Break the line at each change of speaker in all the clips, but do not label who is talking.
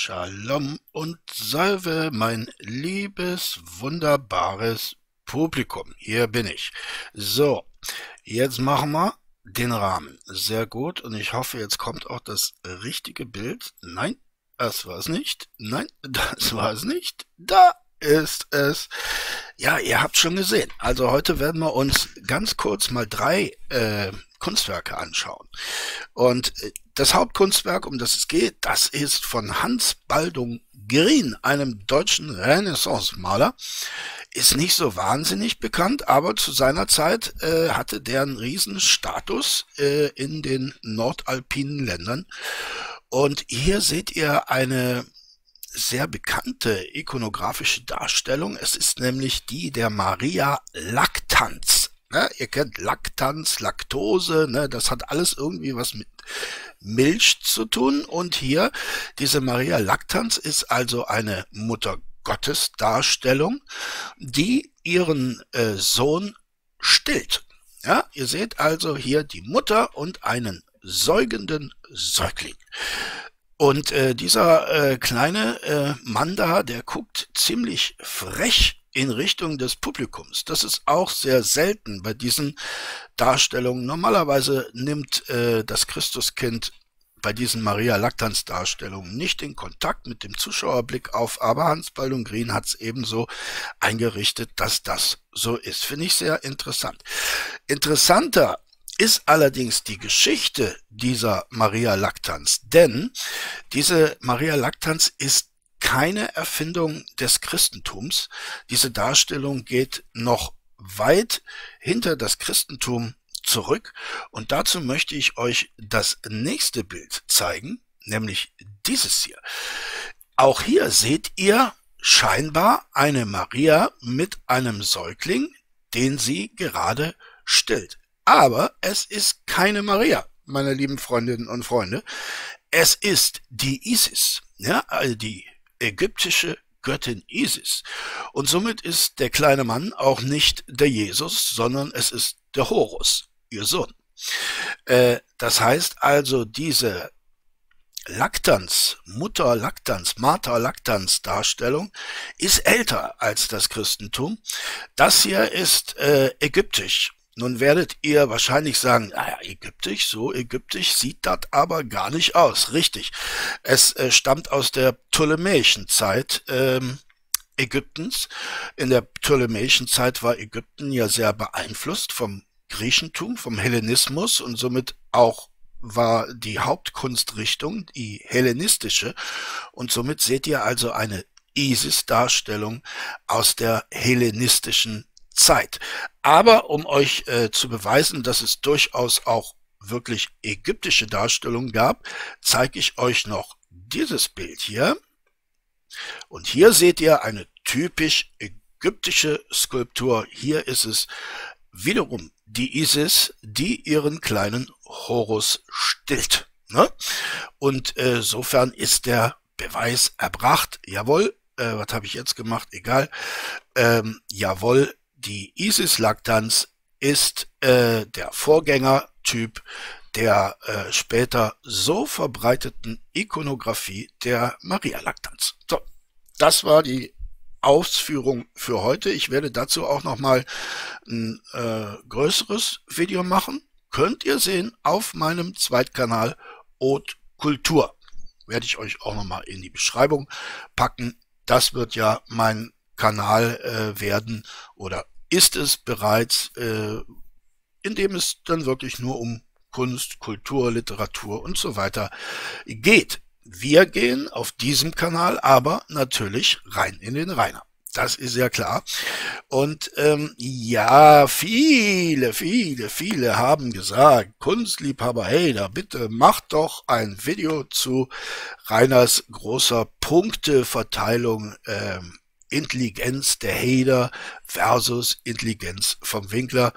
Shalom und Salve, mein liebes, wunderbares Publikum. Hier bin ich. So, jetzt machen wir den Rahmen. Sehr gut. Und ich hoffe, jetzt kommt auch das richtige Bild. Nein, das war es nicht. Nein, das war es nicht. Da ist es. Ja, ihr habt schon gesehen. Also heute werden wir uns ganz kurz mal drei Kunstwerke anschauen. Und das Hauptkunstwerk, um das es geht, das ist von Hans Baldung Grien, einem deutschen Renaissance-Maler. Ist nicht so wahnsinnig bekannt, aber zu seiner Zeit hatte der einen riesen Status in den nordalpinen Ländern. Und hier seht ihr eine sehr bekannte ikonografische Darstellung. Es ist nämlich die der Maria Lactans. Ne, ihr kennt Laktanz, Laktose, ne, das hat alles irgendwie was mit Milch zu tun. Und hier, diese Maria Lactans ist also eine Muttergottesdarstellung, die ihren Sohn stillt. Ja, ihr seht also hier die Mutter und einen säugenden Säugling. Und dieser kleine Mann da, der guckt ziemlich frech in Richtung des Publikums. Das ist auch sehr selten bei diesen Darstellungen. Normalerweise nimmt das Christuskind bei diesen Maria Lactans Darstellungen nicht den Kontakt mit dem Zuschauerblick auf, aber Hans Baldung Grien hat es ebenso eingerichtet, dass das so ist. Finde ich sehr interessant. Interessanter ist allerdings die Geschichte dieser Maria Lactans, denn diese Maria Lactans ist keine Erfindung des Christentums. Diese Darstellung geht noch weit hinter das Christentum zurück und dazu möchte ich euch das nächste Bild zeigen, nämlich dieses hier. Auch hier seht ihr scheinbar eine Maria mit einem Säugling, den sie gerade stillt. Aber es ist keine Maria, meine lieben Freundinnen und Freunde. Es ist die Isis, ja, also die ägyptische Göttin Isis. Und somit ist der kleine Mann auch nicht der Jesus, sondern es ist der Horus, ihr Sohn. Das heißt also, diese Lactans, Mutter Lactans, Mater Lactans Darstellung ist älter als das Christentum. Das hier ist ägyptisch. Nun werdet ihr wahrscheinlich sagen, naja, ägyptisch, so ägyptisch sieht das aber gar nicht aus. Richtig, es stammt aus der ptolemäischen Zeit Ägyptens. In der ptolemäischen Zeit war Ägypten ja sehr beeinflusst vom Griechentum, vom Hellenismus und somit auch war die Hauptkunstrichtung die hellenistische. Und somit seht ihr also eine Isis-Darstellung aus der hellenistischen Zeit. Aber um euch zu beweisen, dass es durchaus auch wirklich ägyptische Darstellungen gab, zeige ich euch noch dieses Bild hier. Und hier seht ihr eine typisch ägyptische Skulptur. Hier ist es wiederum die Isis, die ihren kleinen Horus stillt. Ne? Und insofern ist der Beweis erbracht. Jawohl, was habe ich jetzt gemacht? Egal. Jawohl, die Isis Lactans ist der Vorgängertyp der später so verbreiteten Ikonografie der Maria Lactans. So, das war die Ausführung für heute. Ich werde dazu auch nochmal ein größeres Video machen. Könnt ihr sehen auf meinem Zweitkanal Haute Kultur. Werde ich euch auch nochmal in die Beschreibung packen. Das wird ja mein Kanal werden oder ist es bereits, in dem es dann wirklich nur um Kunst, Kultur, Literatur und so weiter geht. Wir gehen auf diesem Kanal aber natürlich rein in den Rainer. Das ist ja klar. Und ja, viele haben gesagt, Kunstliebhaber, hey, da bitte macht doch ein Video zu Rainers großer Punkteverteilung, Intelligenz der Hader versus Intelligenz vom Winkler.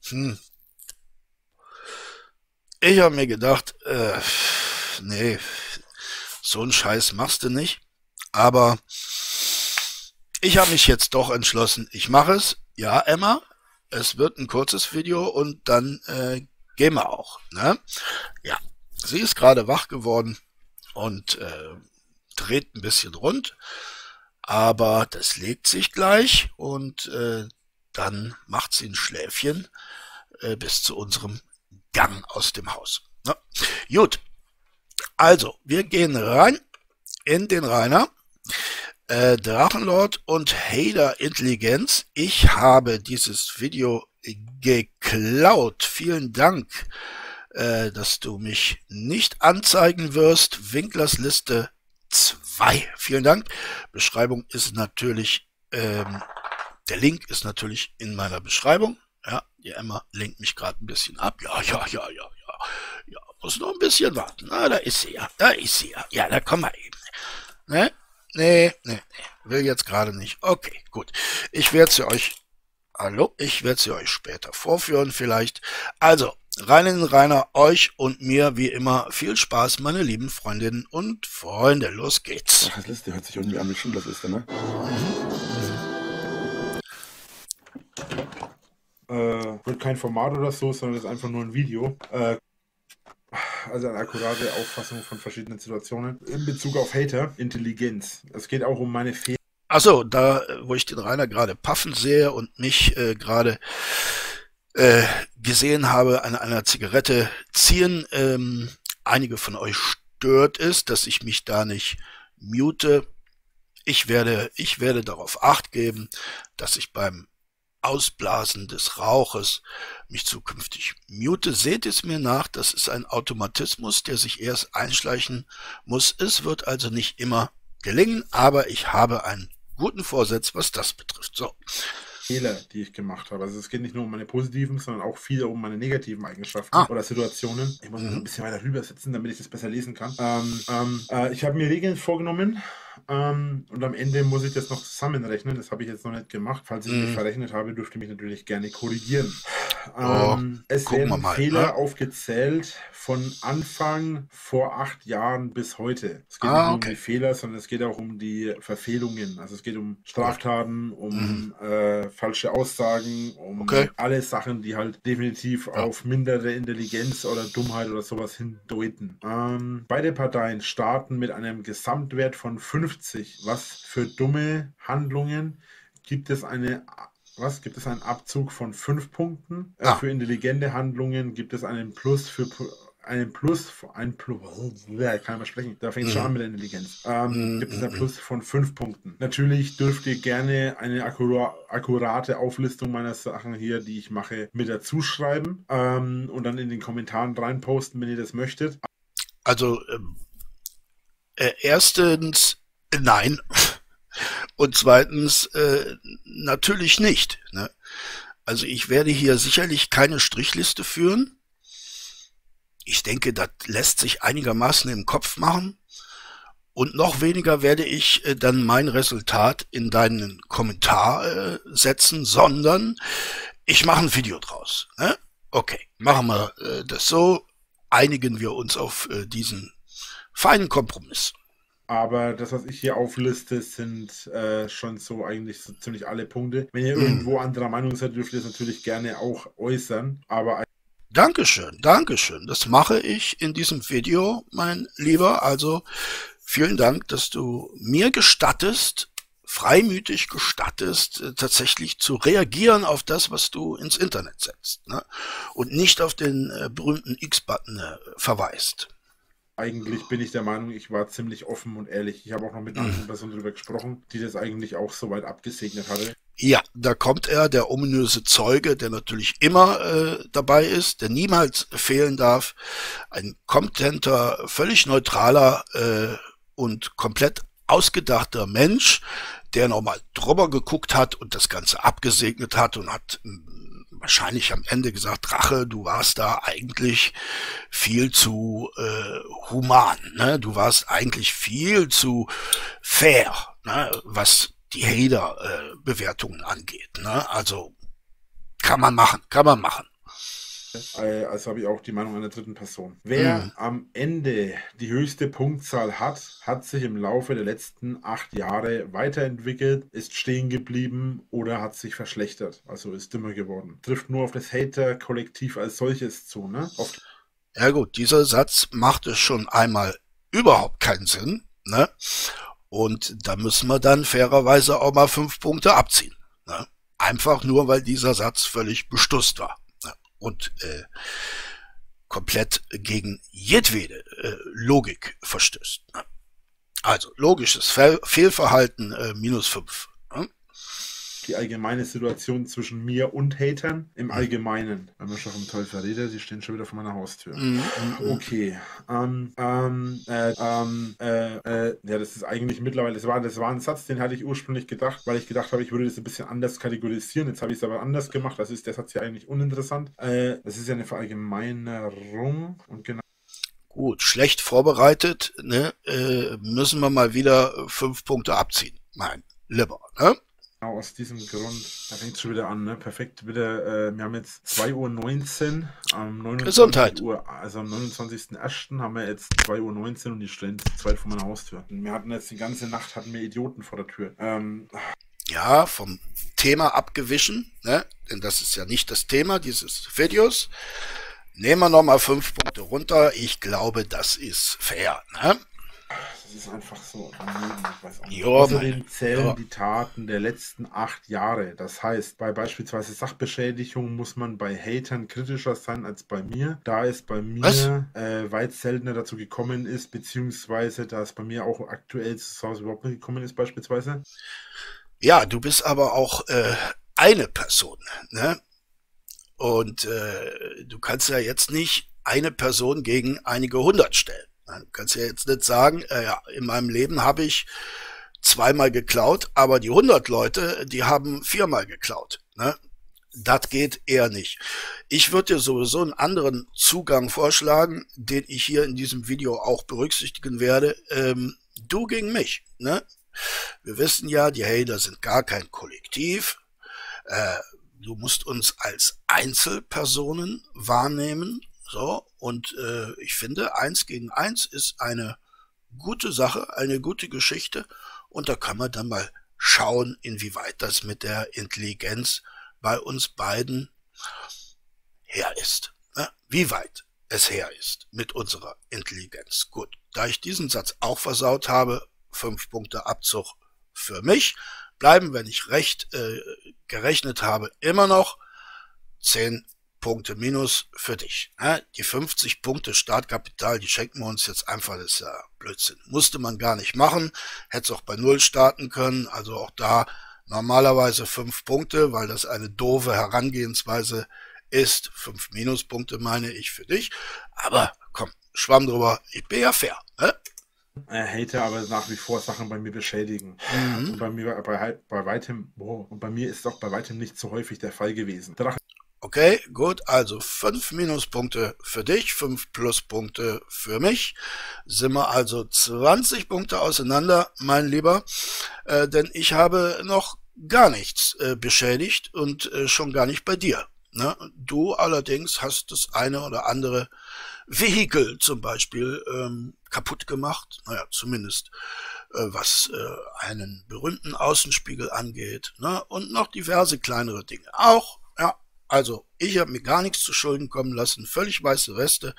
Ich habe mir gedacht, nee, so einen Scheiß machst du nicht. Aber ich habe mich jetzt doch entschlossen, ich mache es. Ja, Emma, es wird ein kurzes Video und dann gehen wir auch. Ne? Ja, sie ist gerade wach geworden und dreht ein bisschen rund, aber das legt sich gleich und dann macht sie ein Schläfchen bis zu unserem Gang aus dem Haus. Na, gut, also wir gehen rein in den Rainer. Drachenlord und Hader Intelligenz. Ich habe dieses Video geklaut. Vielen Dank, dass du mich nicht anzeigen wirst. Winklers Liste 2. Vielen Dank. Beschreibung ist natürlich, der Link ist natürlich in meiner Beschreibung. Ja, die Emma lenkt mich gerade ein bisschen ab. Ja. Muss noch ein bisschen warten. Na, da ist sie ja. Ja, da kommen wir eben. Ne? Nee. Will jetzt gerade nicht. Okay, gut. Ich werde sie euch später vorführen vielleicht. Also, rein in den Rainer, euch und mir wie immer viel Spaß, meine lieben Freundinnen und Freunde. Los geht's.
Ach, das Liste hört sich irgendwie an wie Schindlers-Liste, ne? Wird kein Format oder so, sondern ist einfach nur ein Video. Also eine akkurate Auffassung von verschiedenen Situationen in Bezug auf Hater Intelligenz. Es geht auch um meine Fehler.
Achso, da, wo ich den Rainer gerade paffen sehe und mich gerade gesehen habe an einer Zigarette ziehen, einige von euch stört es, dass ich mich da nicht mute. Ich werde darauf Acht geben, dass ich beim Ausblasen des Rauches mich zukünftig mute. Seht es mir nach, das ist ein Automatismus, der sich erst einschleichen muss. Es wird also nicht immer gelingen, aber ich habe einen guten Vorsatz, was das betrifft. So.
Fehler, die ich gemacht habe. Also es geht nicht nur um meine positiven, sondern auch viel um meine negativen Eigenschaften oder Situationen. Ich muss mich ein bisschen weiter rüber sitzen, damit ich das besser lesen kann. Ich habe mir Regeln vorgenommen, und am Ende muss ich das noch zusammenrechnen. Das habe ich jetzt noch nicht gemacht. Falls ich mich verrechnet habe, dürfte mich natürlich gerne korrigieren. Es werden Fehler aufgezählt von Anfang vor 8 Jahren bis heute. Es geht nicht nur um die Fehler, sondern es geht auch um die Verfehlungen. Also es geht um Straftaten, um falsche Aussagen, um alle Sachen, die halt definitiv auf mindere Intelligenz oder Dummheit oder sowas hindeuten. Beide Parteien starten mit einem Gesamtwert von 50. Was für dumme Handlungen gibt es einen Abzug von 5 Punkten? Für intelligente Handlungen gibt es einen Plus für kann man sprechen, da fängt es schon an mit der Intelligenz. Gibt es ein Plus von 5 Punkten. Natürlich dürft ihr gerne eine akkurate Auflistung meiner Sachen hier, die ich mache, mit dazu schreiben und dann in den Kommentaren reinposten, wenn ihr das möchtet.
Also erstens nein und zweitens natürlich nicht. Ne? Also ich werde hier sicherlich keine Strichliste führen. Ich denke, das lässt sich einigermaßen im Kopf machen. Und noch weniger werde ich dann mein Resultat in deinen Kommentar setzen, sondern ich mache ein Video draus. Ne? Okay, machen wir das so. Einigen wir uns auf diesen feinen Kompromiss.
Aber das, was ich hier aufliste, sind schon so eigentlich so ziemlich alle Punkte. Wenn ihr irgendwo anderer Meinung seid, dürft ihr es natürlich gerne auch äußern. Aber
Dankeschön. Das mache ich in diesem Video, mein Lieber. Also vielen Dank, dass du mir freimütig gestattest, tatsächlich zu reagieren auf das, was du ins Internet setzt, ne? Und nicht auf den berühmten X-Button verweist.
Eigentlich bin ich der Meinung, ich war ziemlich offen und ehrlich. Ich habe auch noch mit einer anderen Person darüber gesprochen, die das eigentlich auch soweit abgesegnet hatte.
Ja, da kommt er, der ominöse Zeuge, der natürlich immer dabei ist, der niemals fehlen darf. Ein kompetenter, völlig neutraler und komplett ausgedachter Mensch, der nochmal drüber geguckt hat und das Ganze abgesegnet hat und hat wahrscheinlich am Ende gesagt, Drache, du warst da eigentlich viel zu human, ne? Du warst eigentlich viel zu fair, ne? Was die Hader-Bewertungen angeht, ne? Also kann man machen.
Also habe ich auch die Meinung einer dritten Person. Wer am Ende die höchste Punktzahl hat sich im Laufe der letzten 8 Jahre weiterentwickelt, ist stehen geblieben oder hat sich verschlechtert, also ist dümmer geworden. Trifft nur auf das Hater-Kollektiv als solches zu, ne?
Ja gut, dieser Satz macht es schon einmal überhaupt keinen Sinn. Ne? Und da müssen wir dann fairerweise auch mal 5 Punkte abziehen. Ne? Einfach nur, weil dieser Satz völlig bestusst war. Ne? Und komplett gegen jedwede Logik verstößt. Ne? Also logisches Fehlverhalten -5. Ne?
Die allgemeine Situation zwischen mir und Hatern im Allgemeinen. Wenn man schon vom Teufel redet, die stehen schon wieder vor meiner Haustür. Okay. Ja, das ist eigentlich mittlerweile, das war ein Satz, den hatte ich ursprünglich gedacht, weil ich gedacht habe, ich würde das ein bisschen anders kategorisieren. Jetzt habe ich es aber anders gemacht. Das ist der Satz hier eigentlich uninteressant. Das ist ja eine Verallgemeinerung und genau.
Gut, schlecht vorbereitet, ne, müssen wir mal wieder 5 Punkte abziehen. Mein Lieber, ne?
Genau, aus diesem Grund, da fängt es schon wieder an, ne? Perfekt, wieder, wir haben jetzt 2:19 Uhr, am 29.
Gesundheit.
Uhr, also am 29.01. haben wir jetzt 2:19 Uhr und die stehen zu zweit vor meiner Haustür. Und wir hatten jetzt die ganze Nacht, hatten wir Idioten vor der Tür.
Ja, vom Thema abgewichen, ne? Denn das ist ja nicht das Thema dieses Videos. Nehmen wir nochmal 5 Punkte runter. Ich glaube, das ist fair, ne?
Das ist einfach so. Ich weiß auch nicht.
Ja,
Außerdem zählen die Taten der letzten 8 Jahre. Das heißt, bei beispielsweise Sachbeschädigung muss man bei Hatern kritischer sein als bei mir. Da es bei mir weit seltener dazu gekommen ist, beziehungsweise da es bei mir auch aktuell zu Hause überhaupt nicht gekommen ist, beispielsweise.
Ja, du bist aber auch eine Person, ne? Und du kannst ja jetzt nicht eine Person gegen einige 100 stellen. Du kannst ja jetzt nicht sagen, ja, in meinem Leben habe ich 2-mal geklaut, aber die 100 Leute, die haben 4-mal geklaut. Ne? Das geht eher nicht. Ich würde dir sowieso einen anderen Zugang vorschlagen, den ich hier in diesem Video auch berücksichtigen werde. Du gegen mich. Ne? Wir wissen ja, die Hater sind gar kein Kollektiv. Du musst uns als Einzelpersonen wahrnehmen. So, und ich finde, 1 gegen 1 ist eine gute Sache, eine gute Geschichte. Und da kann man dann mal schauen, inwieweit das mit der Intelligenz bei uns beiden her ist. Ne? Wie weit es her ist mit unserer Intelligenz. Gut, da ich diesen Satz auch versaut habe, 5 Punkte Abzug für mich, bleiben, wenn ich recht gerechnet habe, immer noch 10 Punkte minus für dich. Die 50 Punkte Startkapital, die schenken wir uns jetzt einfach, das ist ja Blödsinn. Musste man gar nicht machen, hätte es auch bei 0 starten können, also auch da normalerweise 5 Punkte, weil das eine doofe Herangehensweise ist. 5 Minuspunkte meine ich für dich, aber komm, Schwamm drüber, ich bin ja fair. Ne?
Hater aber nach wie vor Sachen bei mir beschädigen. Und bei mir bei weitem, und bei mir ist auch bei weitem nicht so häufig der Fall gewesen.
Okay, gut, also 5 Minuspunkte für dich, 5 Pluspunkte für mich. Sind wir also 20 Punkte auseinander, mein Lieber, denn ich habe noch gar nichts beschädigt und schon gar nicht bei dir. Ne? Du allerdings hast das eine oder andere Vehikel zum Beispiel kaputt gemacht, naja, zumindest was einen berühmten Außenspiegel angeht, ne? Und noch diverse kleinere Dinge auch, ja. Also, ich habe mir gar nichts zu Schulden kommen lassen, völlig weiße Weste.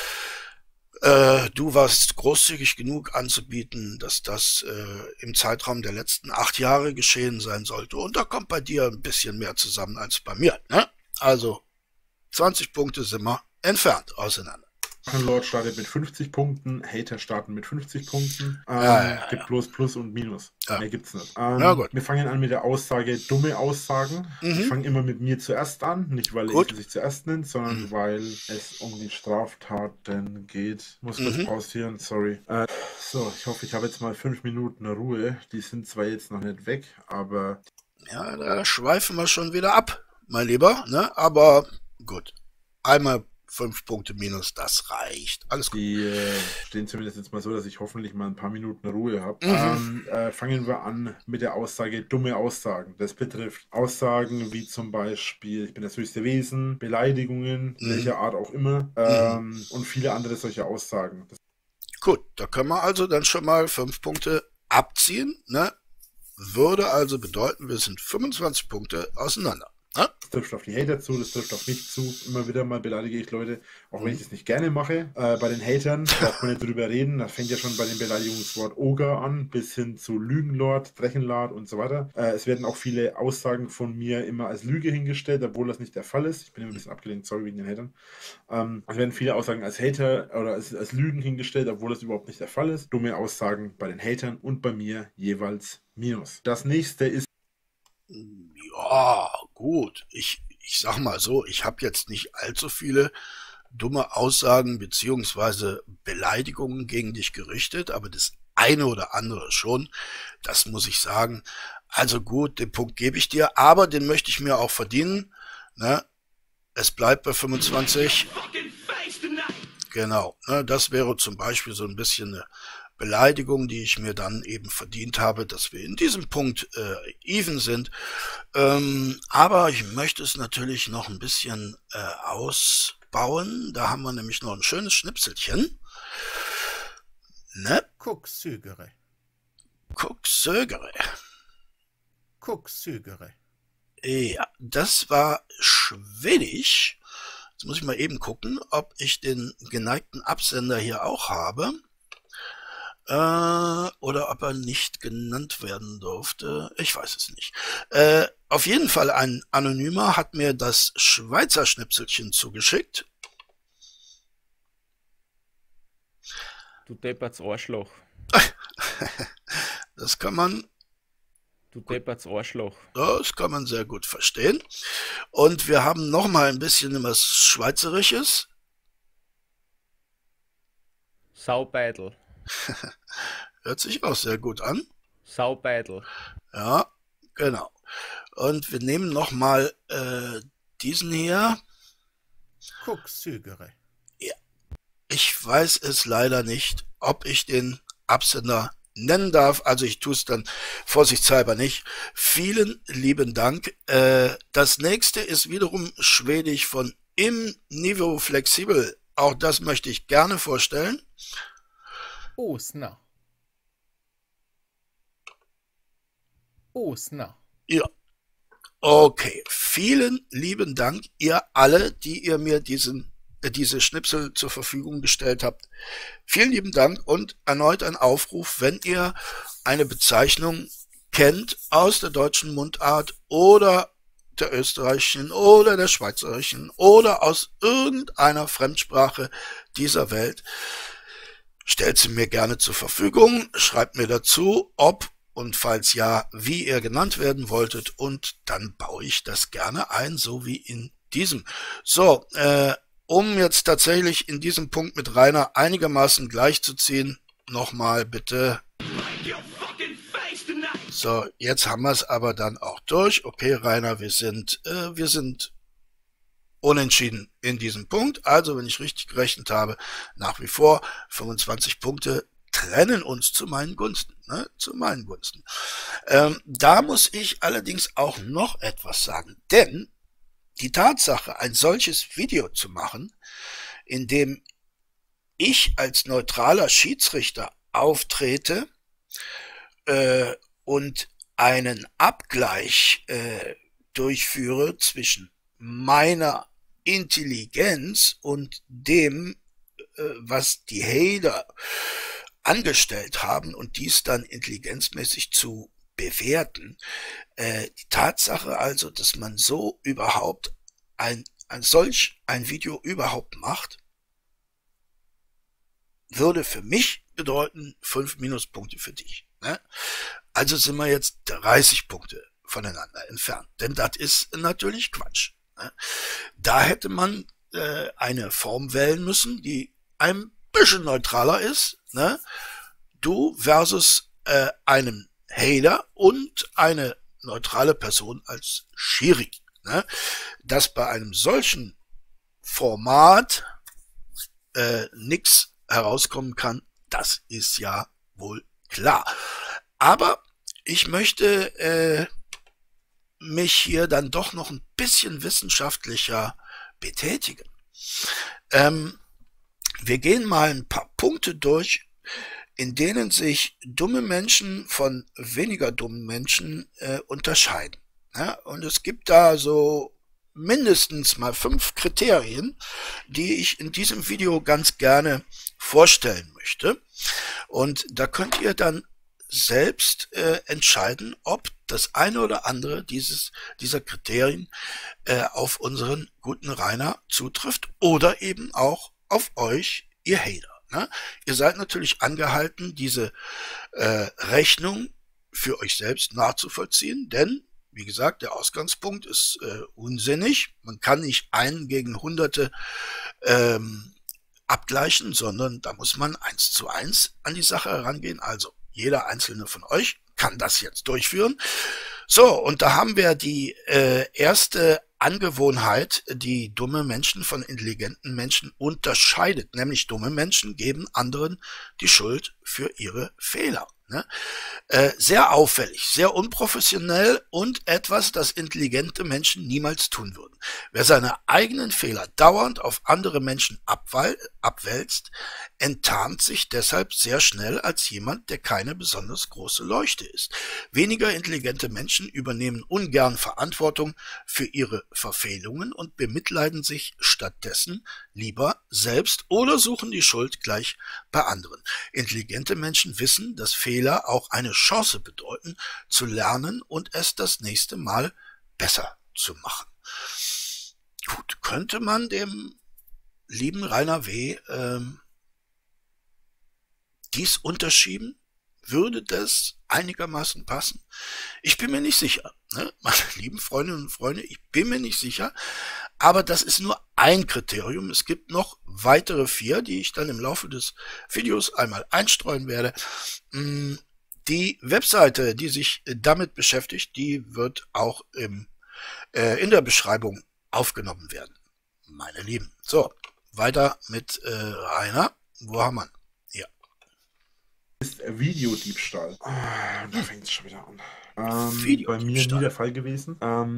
Du warst großzügig genug anzubieten, dass das im Zeitraum der letzten 8 Jahre geschehen sein sollte. Und da kommt bei dir ein bisschen mehr zusammen als bei mir. Ne? Also, 20 Punkte sind wir entfernt auseinander.
Lord startet mit 50 Punkten, Hater starten mit 50 Punkten. Gibt bloß Plus und Minus.
Ja.
Mehr gibt's nicht.
Gut.
Wir fangen an mit der Aussage, dumme Aussagen. Ich fange immer mit mir zuerst an. Nicht, weil ich sich zuerst nenne, sondern weil es um die Straftaten geht. Muss kurz pausieren, sorry. So, ich hoffe, ich habe jetzt mal 5 Minuten Ruhe. Die sind zwar jetzt noch nicht weg, aber...
Ja, da schweifen wir schon wieder ab, mein Lieber. Ne? Aber gut. Einmal 5 Punkte minus, das reicht. Alles gut.
Die stehen zumindest jetzt mal so, dass ich hoffentlich mal ein paar Minuten Ruhe habe. Fangen wir an mit der Aussage, dumme Aussagen. Das betrifft Aussagen wie zum Beispiel, ich bin das höchste Wesen, Beleidigungen, welcher Art auch immer, und viele andere solche Aussagen.
Gut, da können wir also dann schon mal 5 Punkte abziehen. Ne? Würde also bedeuten, wir sind 25 Punkte auseinander. Ne?
Das trifft auf die Hater zu, das trifft auf mich zu. Immer wieder mal beleidige ich Leute, auch wenn ich das nicht gerne mache. Bei den Hatern darf man nicht drüber reden. Das fängt ja schon bei dem Beleidigungswort Oger an, bis hin zu Lügenlord, Drechenlord und so weiter. Es werden auch viele Aussagen von mir immer als Lüge hingestellt, obwohl das nicht der Fall ist. Ich bin immer ein bisschen abgelenkt, sorry wegen den Hatern. Es werden viele Aussagen als Hater oder als Lügen hingestellt, obwohl das überhaupt nicht der Fall ist. Dumme Aussagen bei den Hatern und bei mir jeweils minus. Das nächste ist.
Ja, gut. Ich sag mal so, ich habe jetzt nicht allzu viele dumme Aussagen beziehungsweise Beleidigungen gegen dich gerichtet, aber das eine oder andere schon, das muss ich sagen. Also gut, den Punkt gebe ich dir, aber den möchte ich mir auch verdienen. Ne? Es bleibt bei 25. Genau, ne? Das wäre zum Beispiel so ein bisschen eine Beleidigung, die ich mir dann eben verdient habe, dass wir in diesem Punkt even sind. Aber ich möchte es natürlich noch ein bisschen ausbauen. Da haben wir nämlich noch ein schönes Schnipselchen. Ne?
Kucksügere.
Kucksögere.
Kucksügere.
Ja, das war Schwedisch. Jetzt muss ich mal eben gucken, ob ich den geneigten Absender hier auch habe. Oder ob er nicht genannt werden durfte. Ich weiß es nicht. Auf jeden Fall ein Anonymer hat mir das Schweizer Schnipselchen zugeschickt.
Du deppert's Arschloch.
Das kann man.
Du deppert's Arschloch.
Das kann man sehr gut verstehen. Und wir haben noch mal ein bisschen was Schweizerisches.
Saubeidel.
Hört sich auch sehr gut an.
Saubeidel.
Ja, genau. Und wir nehmen noch mal diesen hier.
Kucksügere.
Ja. Ich weiß es leider nicht, ob ich den Absender nennen darf. Also ich tue es dann vorsichtshalber nicht. Vielen lieben Dank. Das nächste ist wiederum Schwedisch von Im Niveau Flexibel. Auch das möchte ich gerne vorstellen.
Osna. Osna.
Ja. Okay. Vielen lieben Dank, ihr alle, die ihr mir diese Schnipsel zur Verfügung gestellt habt. Vielen lieben Dank und erneut ein Aufruf, wenn ihr eine Bezeichnung kennt aus der deutschen Mundart oder der österreichischen oder der schweizerischen oder aus irgendeiner Fremdsprache dieser Welt, stellt sie mir gerne zur Verfügung, schreibt mir dazu, ob und falls ja, wie ihr genannt werden wolltet und dann baue ich das gerne ein, so wie in diesem. So, um jetzt tatsächlich in diesem Punkt mit Rainer einigermaßen gleichzuziehen, nochmal bitte. So, jetzt haben wir es aber dann auch durch. Okay, Rainer, wir sind unentschieden in diesem Punkt. Also, wenn ich richtig gerechnet habe, nach wie vor 25 Punkte trennen uns zu meinen Gunsten. Ne? Zu meinen Gunsten. Da muss ich allerdings auch noch etwas sagen, denn die Tatsache, ein solches Video zu machen, in dem ich als neutraler Schiedsrichter auftrete und einen Abgleich durchführe zwischen meiner Intelligenz und dem, was die Hater angestellt haben und dies dann intelligenzmäßig zu bewerten. Die Tatsache also, dass man so überhaupt ein solch ein Video überhaupt macht, würde für mich bedeuten 5 Minuspunkte für dich. Ne? Also sind wir jetzt 30 Punkte voneinander entfernt. Denn das ist natürlich Quatsch. Ne? Da hätte man eine Form wählen müssen, die ein bisschen neutraler ist. Ne? Du versus einen Hater und eine neutrale Person als Schiri. Ne? Dass bei einem solchen Format nichts herauskommen kann, das ist ja wohl klar. Aber ich möchte mich hier dann doch noch ein bisschen wissenschaftlicher betätigen. Wir gehen mal ein paar Punkte durch, in denen sich dumme Menschen von weniger dummen Menschen unterscheiden. Ja, und es gibt da so mindestens mal 5 Kriterien, die ich in diesem Video ganz gerne vorstellen möchte. Und da könnt ihr dann selbst entscheiden, ob das eine oder andere dieser Kriterien auf unseren guten Rainer zutrifft oder eben auch auf euch, ihr Hater. Ne? Ihr seid natürlich angehalten, diese Rechnung für euch selbst nachzuvollziehen, denn wie gesagt, der Ausgangspunkt ist unsinnig. Man kann nicht einen gegen Hunderte abgleichen, sondern da muss man 1:1 an die Sache herangehen. Also jeder einzelne von euch kann das jetzt durchführen. So, und da haben wir die erste Angewohnheit, die dumme Menschen von intelligenten Menschen unterscheidet. Nämlich dumme Menschen geben anderen die Schuld für ihre Fehler. Ne? Sehr auffällig, sehr unprofessionell und etwas, das intelligente Menschen niemals tun würden. Wer seine eigenen Fehler dauernd auf andere Menschen abwälzt, enttarnt sich deshalb sehr schnell als jemand, der keine besonders große Leuchte ist. Weniger intelligente Menschen übernehmen ungern Verantwortung für ihre Verfehlungen und bemitleiden sich stattdessen lieber selbst oder suchen die Schuld gleich bei anderen. Intelligente Menschen wissen, dass Fehler auch eine Chance bedeuten, zu lernen und es das nächste Mal besser zu machen. Gut, könnte man dem lieben Rainer W. Dies unterschieben? Würde das einigermaßen passen? Ich bin mir nicht sicher. Ne? Meine lieben Freundinnen und Freunde, ich bin mir nicht sicher. Aber das ist nur ein Kriterium. Es gibt noch weitere 4, die ich dann im Laufe des Videos einmal einstreuen werde. Die Webseite, die sich damit beschäftigt, die wird auch in der Beschreibung aufgenommen werden. Meine Lieben. So, weiter mit Rainer. Wo haben wir ihn? Ja.
Ist Videodiebstahl. Da fängt es schon wieder an. Bei mir nie der Fall gewesen.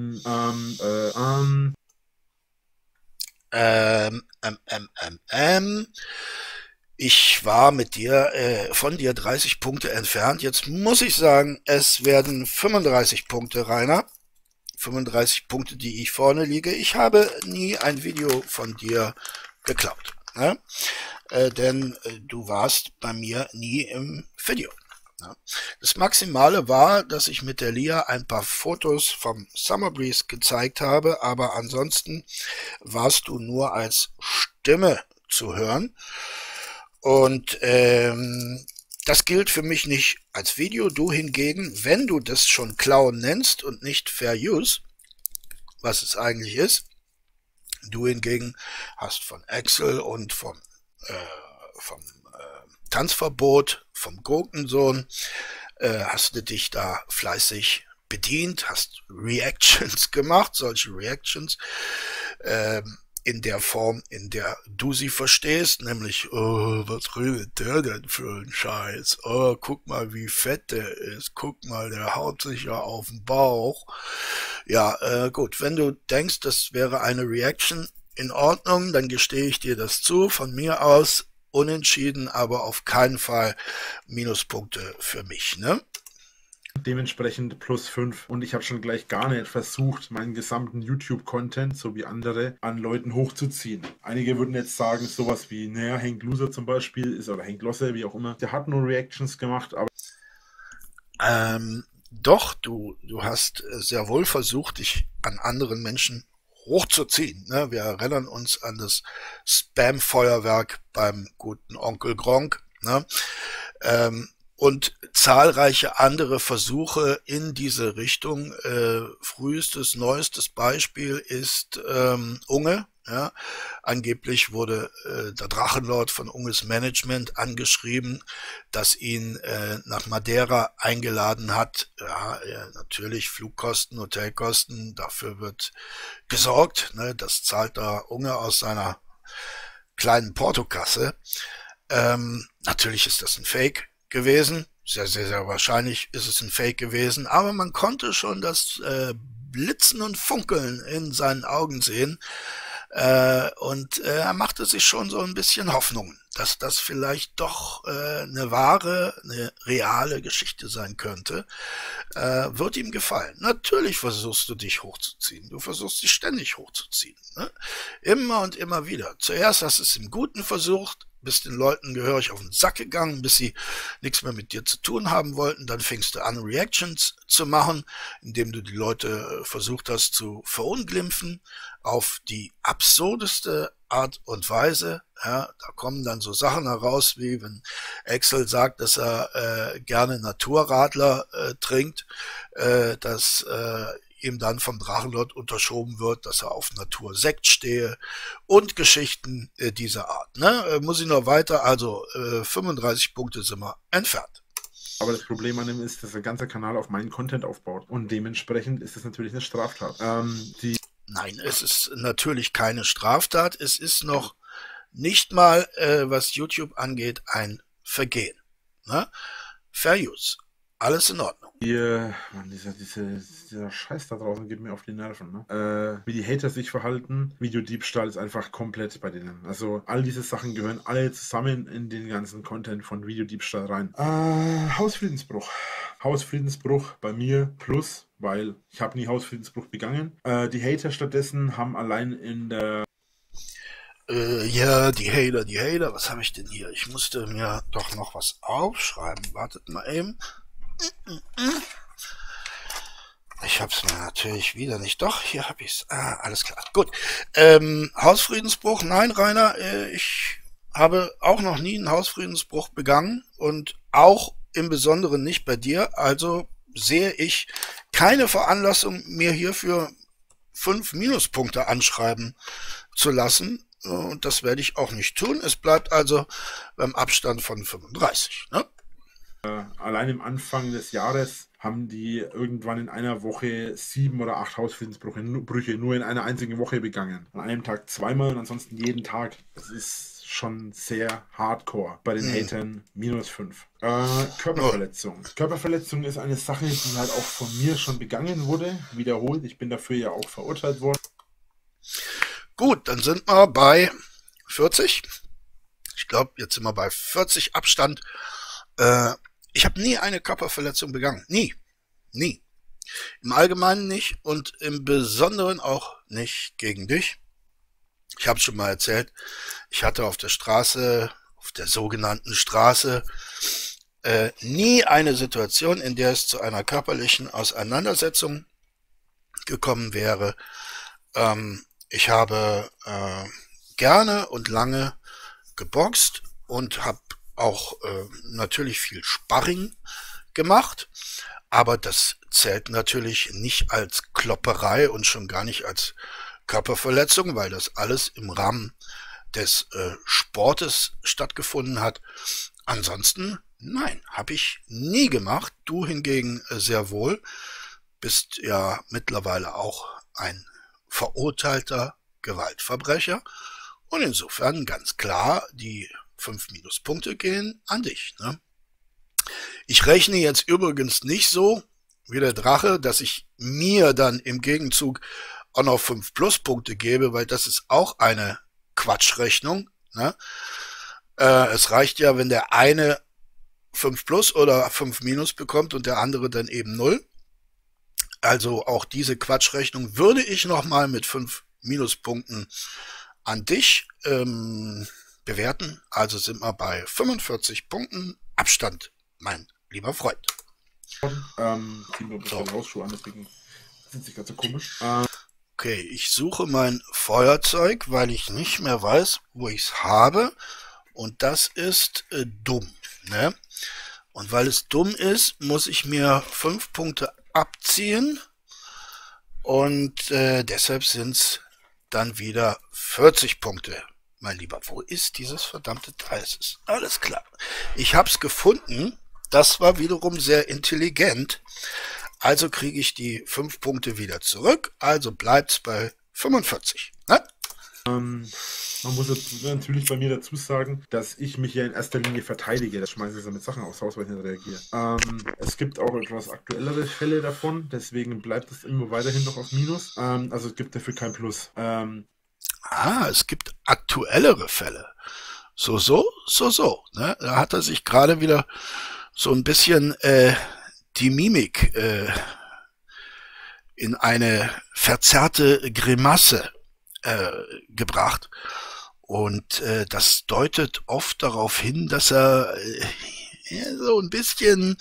Ich war mit dir, von dir 30 Punkte entfernt. Jetzt muss ich sagen, es werden 35 Punkte, Rainer. 35 Punkte, die ich vorne liege. Ich habe nie ein Video von dir geklaut. Ne? Denn du warst bei mir nie im Video. Ne? Das Maximale war, dass ich mit der Lia ein paar Fotos vom Summer Breeze gezeigt habe, aber ansonsten warst du nur als Stimme zu hören. Und das gilt für mich nicht als Video. Du hingegen, wenn du das schon Klauen nennst und nicht Fair Use, was es eigentlich ist, du hingegen hast von Axel und vom Tanzverbot, vom Gurkensohn, hast du dich da fleißig bedient, hast Reactions gemacht, solche Reactions, in der Form, in der du sie verstehst, nämlich, oh, was redet der denn für ein Scheiß? Oh, guck mal, wie fett der ist. Guck mal, der haut sich ja auf den Bauch. Ja, gut, wenn du denkst, das wäre eine Reaction in Ordnung, dann gestehe ich dir das zu. Von mir aus unentschieden, aber auf keinen Fall Minuspunkte für mich, ne?
Dementsprechend +5 und ich habe schon gleich gar nicht versucht, meinen gesamten YouTube-Content, so wie andere, an Leuten hochzuziehen. Einige würden jetzt sagen, sowas wie, naja, Hank Loser zum Beispiel, ist oder Hank Losse, wie auch immer, der hat nur Reactions gemacht, aber...
Doch, du hast sehr wohl versucht, dich an anderen Menschen hochzuziehen. Ne? Wir erinnern uns an das Spam-Feuerwerk beim guten Onkel Gronk. Ne? Und zahlreiche andere Versuche in diese Richtung. Frühestes, neuestes Beispiel ist Unge. Ja? Angeblich wurde der Drachenlord von Unges Management angeschrieben, das ihn nach Madeira eingeladen hat. Ja, natürlich Flugkosten, Hotelkosten, dafür wird gesorgt. Ne? Das zahlt da Unge aus seiner kleinen Portokasse. Natürlich ist das ein Fake gewesen. Sehr, sehr, sehr wahrscheinlich ist es ein Fake gewesen, aber man konnte schon das Blitzen und Funkeln in seinen Augen sehen, Und er machte sich schon so ein bisschen Hoffnung, dass das vielleicht doch eine wahre, eine reale Geschichte sein könnte. Wird ihm gefallen. Natürlich versuchst du dich hochzuziehen. Du versuchst dich ständig hochzuziehen. Ne? Immer und immer wieder. Zuerst hast du es im Guten versucht, bist den Leuten gehörig auf den Sack gegangen, bis sie nichts mehr mit dir zu tun haben wollten. Dann fängst du an, Reactions zu machen, indem du die Leute versucht hast zu verunglimpfen auf die absurdeste Art und Weise. Ja, da kommen dann so Sachen heraus, wie wenn Axel sagt, dass er gerne Naturradler trinkt, dass ihm dann vom Drachenlord unterschoben wird, dass er auf Natursekt stehe und Geschichten dieser Art. Ne? Muss ich noch weiter, also 35 Punkte sind wir entfernt.
Aber das Problem an dem ist, dass der ganze Kanal auf meinen Content aufbaut und dementsprechend ist es natürlich eine Straftat.
Nein, es ist natürlich keine Straftat, es ist noch nicht mal, was YouTube angeht, ein Vergehen. Ne? Fair Use. Alles in Ordnung.
Mann, dieser Scheiß da draußen geht mir auf die Nerven. Ne? Wie die Hater sich verhalten, Videodiebstahl ist einfach komplett bei denen. Also all diese Sachen gehören alle zusammen in den ganzen Content von Videodiebstahl rein. Hausfriedensbruch. Hausfriedensbruch bei mir plus, weil ich habe nie Hausfriedensbruch begangen. Die Hater stattdessen haben allein in der
ja, die Hater, was habe ich denn hier? Ich musste mir doch noch was aufschreiben. Wartet mal eben. Ich hab's mir natürlich wieder nicht. Doch, hier hab ich's. Alles klar. Gut. Hausfriedensbruch? Nein, Rainer, ich habe auch noch nie einen Hausfriedensbruch begangen und auch im Besonderen nicht bei dir. Also sehe ich keine Veranlassung, mir hierfür 5 Minuspunkte anschreiben zu lassen. Und das werde ich auch nicht tun. Es bleibt also beim Abstand von 35. Ne?
Allein im Anfang des Jahres haben die irgendwann in einer Woche 7 oder 8 Hausfriedensbrüche nur in einer einzigen Woche begangen. An einem Tag zweimal und ansonsten jeden Tag. Das ist schon sehr hardcore. Bei den Hatern -5. Körperverletzung. Körperverletzung ist eine Sache, die halt auch von mir schon begangen wurde. Wiederholt. Ich bin dafür ja auch verurteilt worden.
Gut, dann sind wir bei 40. Ich glaube, jetzt sind wir bei 40 Abstand. Ich habe nie eine Körperverletzung begangen. Nie. Im Allgemeinen nicht und im Besonderen auch nicht gegen dich. Ich habe schon mal erzählt, ich hatte auf der Straße, auf der sogenannten Straße, nie eine Situation, in der es zu einer körperlichen Auseinandersetzung gekommen wäre. Ich habe gerne und lange geboxt und habe auch natürlich viel Sparring gemacht, aber das zählt natürlich nicht als Klopperei und schon gar nicht als Körperverletzung, weil das alles im Rahmen des Sportes stattgefunden hat. Ansonsten, nein, habe ich nie gemacht. Du hingegen sehr wohl, bist ja mittlerweile auch ein verurteilter Gewaltverbrecher und insofern ganz klar, die 5 Minuspunkte gehen an dich. Ne? Ich rechne jetzt übrigens nicht so wie der Drache, dass ich mir dann im Gegenzug auch noch 5 Pluspunkte gebe, weil das ist auch eine Quatschrechnung. Ne? Es reicht ja, wenn der eine 5 Plus oder 5 Minus bekommt und der andere dann eben 0. Also auch diese Quatschrechnung würde ich nochmal mit 5 Minuspunkten an dich bewerten. Also sind wir bei 45 Punkten Abstand, mein lieber Freund.
Ziehen wir ein bisschen Hausschuhe an, deswegen sind sie ganz so komisch.
Okay, ich suche mein Feuerzeug, weil ich nicht mehr weiß, wo ich es habe. Und das ist dumm. Ne? Und weil es dumm ist, muss ich mir 5 Punkte abziehen. Und deshalb sind es dann wieder 40 Punkte. Mein Lieber, wo ist dieses verdammte Teil? Es ist alles klar. Ich habe es gefunden. Das war wiederum sehr intelligent. Also kriege ich die 5 Punkte wieder zurück. Also bleibt es bei 45. Ne?
Man muss jetzt natürlich bei mir dazu sagen, dass ich mich ja in erster Linie verteidige. Das schmeiße ich so mit Sachen aufs Haus, weil ich nicht reagiere. Es gibt auch etwas aktuellere Fälle davon. Deswegen bleibt es immer weiterhin noch auf Minus. Also es gibt dafür kein Plus.
Es gibt aktuellere Fälle. So. Ne? Da hat er sich gerade wieder so ein bisschen die Mimik in eine verzerrte Grimasse gebracht. Und das deutet oft darauf hin, dass er so ein bisschen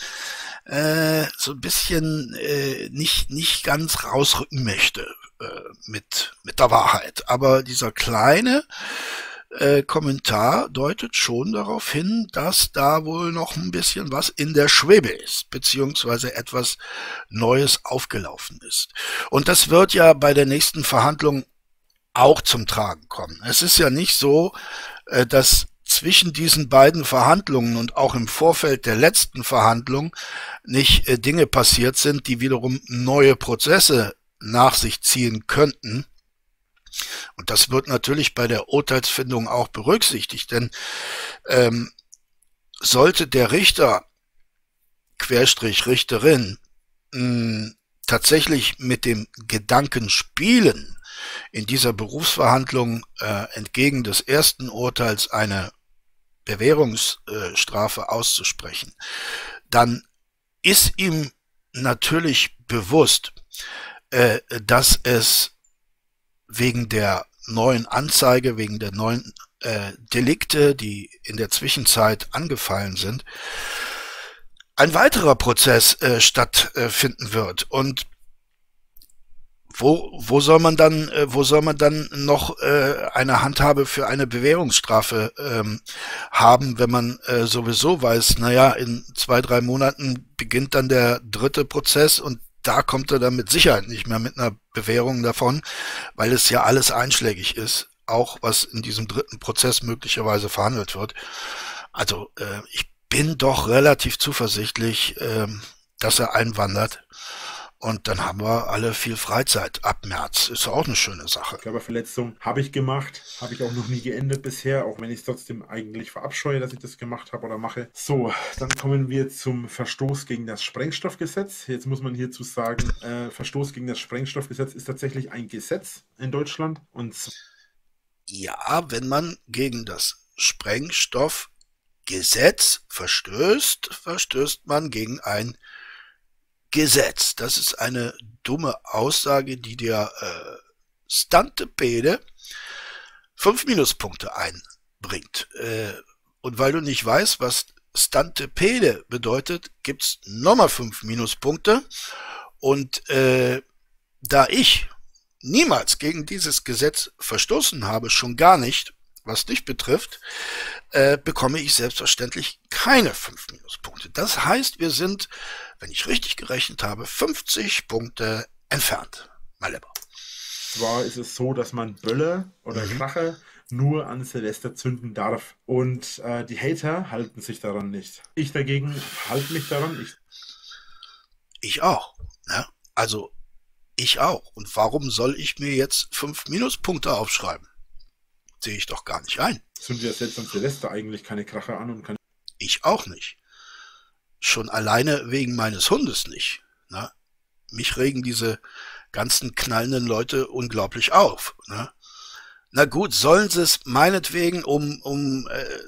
nicht ganz rausrücken möchte mit der Wahrheit. Aber dieser kleine Kommentar deutet schon darauf hin, dass da wohl noch ein bisschen was in der Schwebe ist, beziehungsweise etwas Neues aufgelaufen ist. Und das wird ja bei der nächsten Verhandlung auch zum Tragen kommen. Es ist ja nicht so, dass zwischen diesen beiden Verhandlungen und auch im Vorfeld der letzten Verhandlung nicht Dinge passiert sind, die wiederum neue Prozesse nach sich ziehen könnten. Und das wird natürlich bei der Urteilsfindung auch berücksichtigt, denn sollte der Richter, Querstrich Richterin, tatsächlich mit dem Gedanken spielen, in dieser Berufsverhandlung entgegen des ersten Urteils eine Bewährungsstrafe auszusprechen, dann ist ihm natürlich bewusst, dass es wegen der neuen Anzeige, wegen der neuen Delikte, die in der Zwischenzeit angefallen sind, ein weiterer Prozess stattfinden wird. Und wo soll man dann noch eine Handhabe für eine Bewährungsstrafe haben, wenn man sowieso weiß, naja, in 2-3 Monaten beginnt dann der dritte Prozess und da kommt er dann mit Sicherheit nicht mehr mit einer Bewährung davon, weil es ja alles einschlägig ist, auch was in diesem dritten Prozess möglicherweise verhandelt wird. Also ich bin doch relativ zuversichtlich, dass er einwandert. Und dann haben wir alle viel Freizeit ab März. Ist auch eine schöne Sache.
Körperverletzung habe ich gemacht, habe ich auch noch nie geendet bisher, auch wenn ich es trotzdem eigentlich verabscheue, dass ich das gemacht habe oder mache. So, dann kommen wir zum Verstoß gegen das Sprengstoffgesetz. Jetzt muss man hierzu sagen, Verstoß gegen das Sprengstoffgesetz ist tatsächlich ein Gesetz in Deutschland. Und
ja, wenn man gegen das Sprengstoffgesetz verstößt, verstößt man gegen ein Gesetz. Das ist eine dumme Aussage, die der Stantepede 5 Minuspunkte einbringt. Und weil du nicht weißt, was Stantepede bedeutet, gibt's nochmal 5 Minuspunkte. Und da ich niemals gegen dieses Gesetz verstoßen habe, schon gar nicht, was dich betrifft, bekomme ich selbstverständlich keine 5 Minuspunkte. Das heißt, wir sind, wenn ich richtig gerechnet habe, 50 Punkte entfernt. Mein Lieber.
Zwar ist es so, dass man Böller oder Kracher nur an Silvester zünden darf. Und die Hater halten sich daran nicht. Ich dagegen halte mich daran.
Ich auch. Ne? Also, ich auch. Und warum soll ich mir jetzt 5 Minuspunkte aufschreiben? Sehe ich doch gar nicht ein.
Zündet ja selbst an Silvester eigentlich keine Kracher an und keine.
Ich auch nicht. Schon alleine wegen meines Hundes nicht. Ne? Mich regen diese ganzen knallenden Leute unglaublich auf. Ne? Na gut, sollen sie es meinetwegen um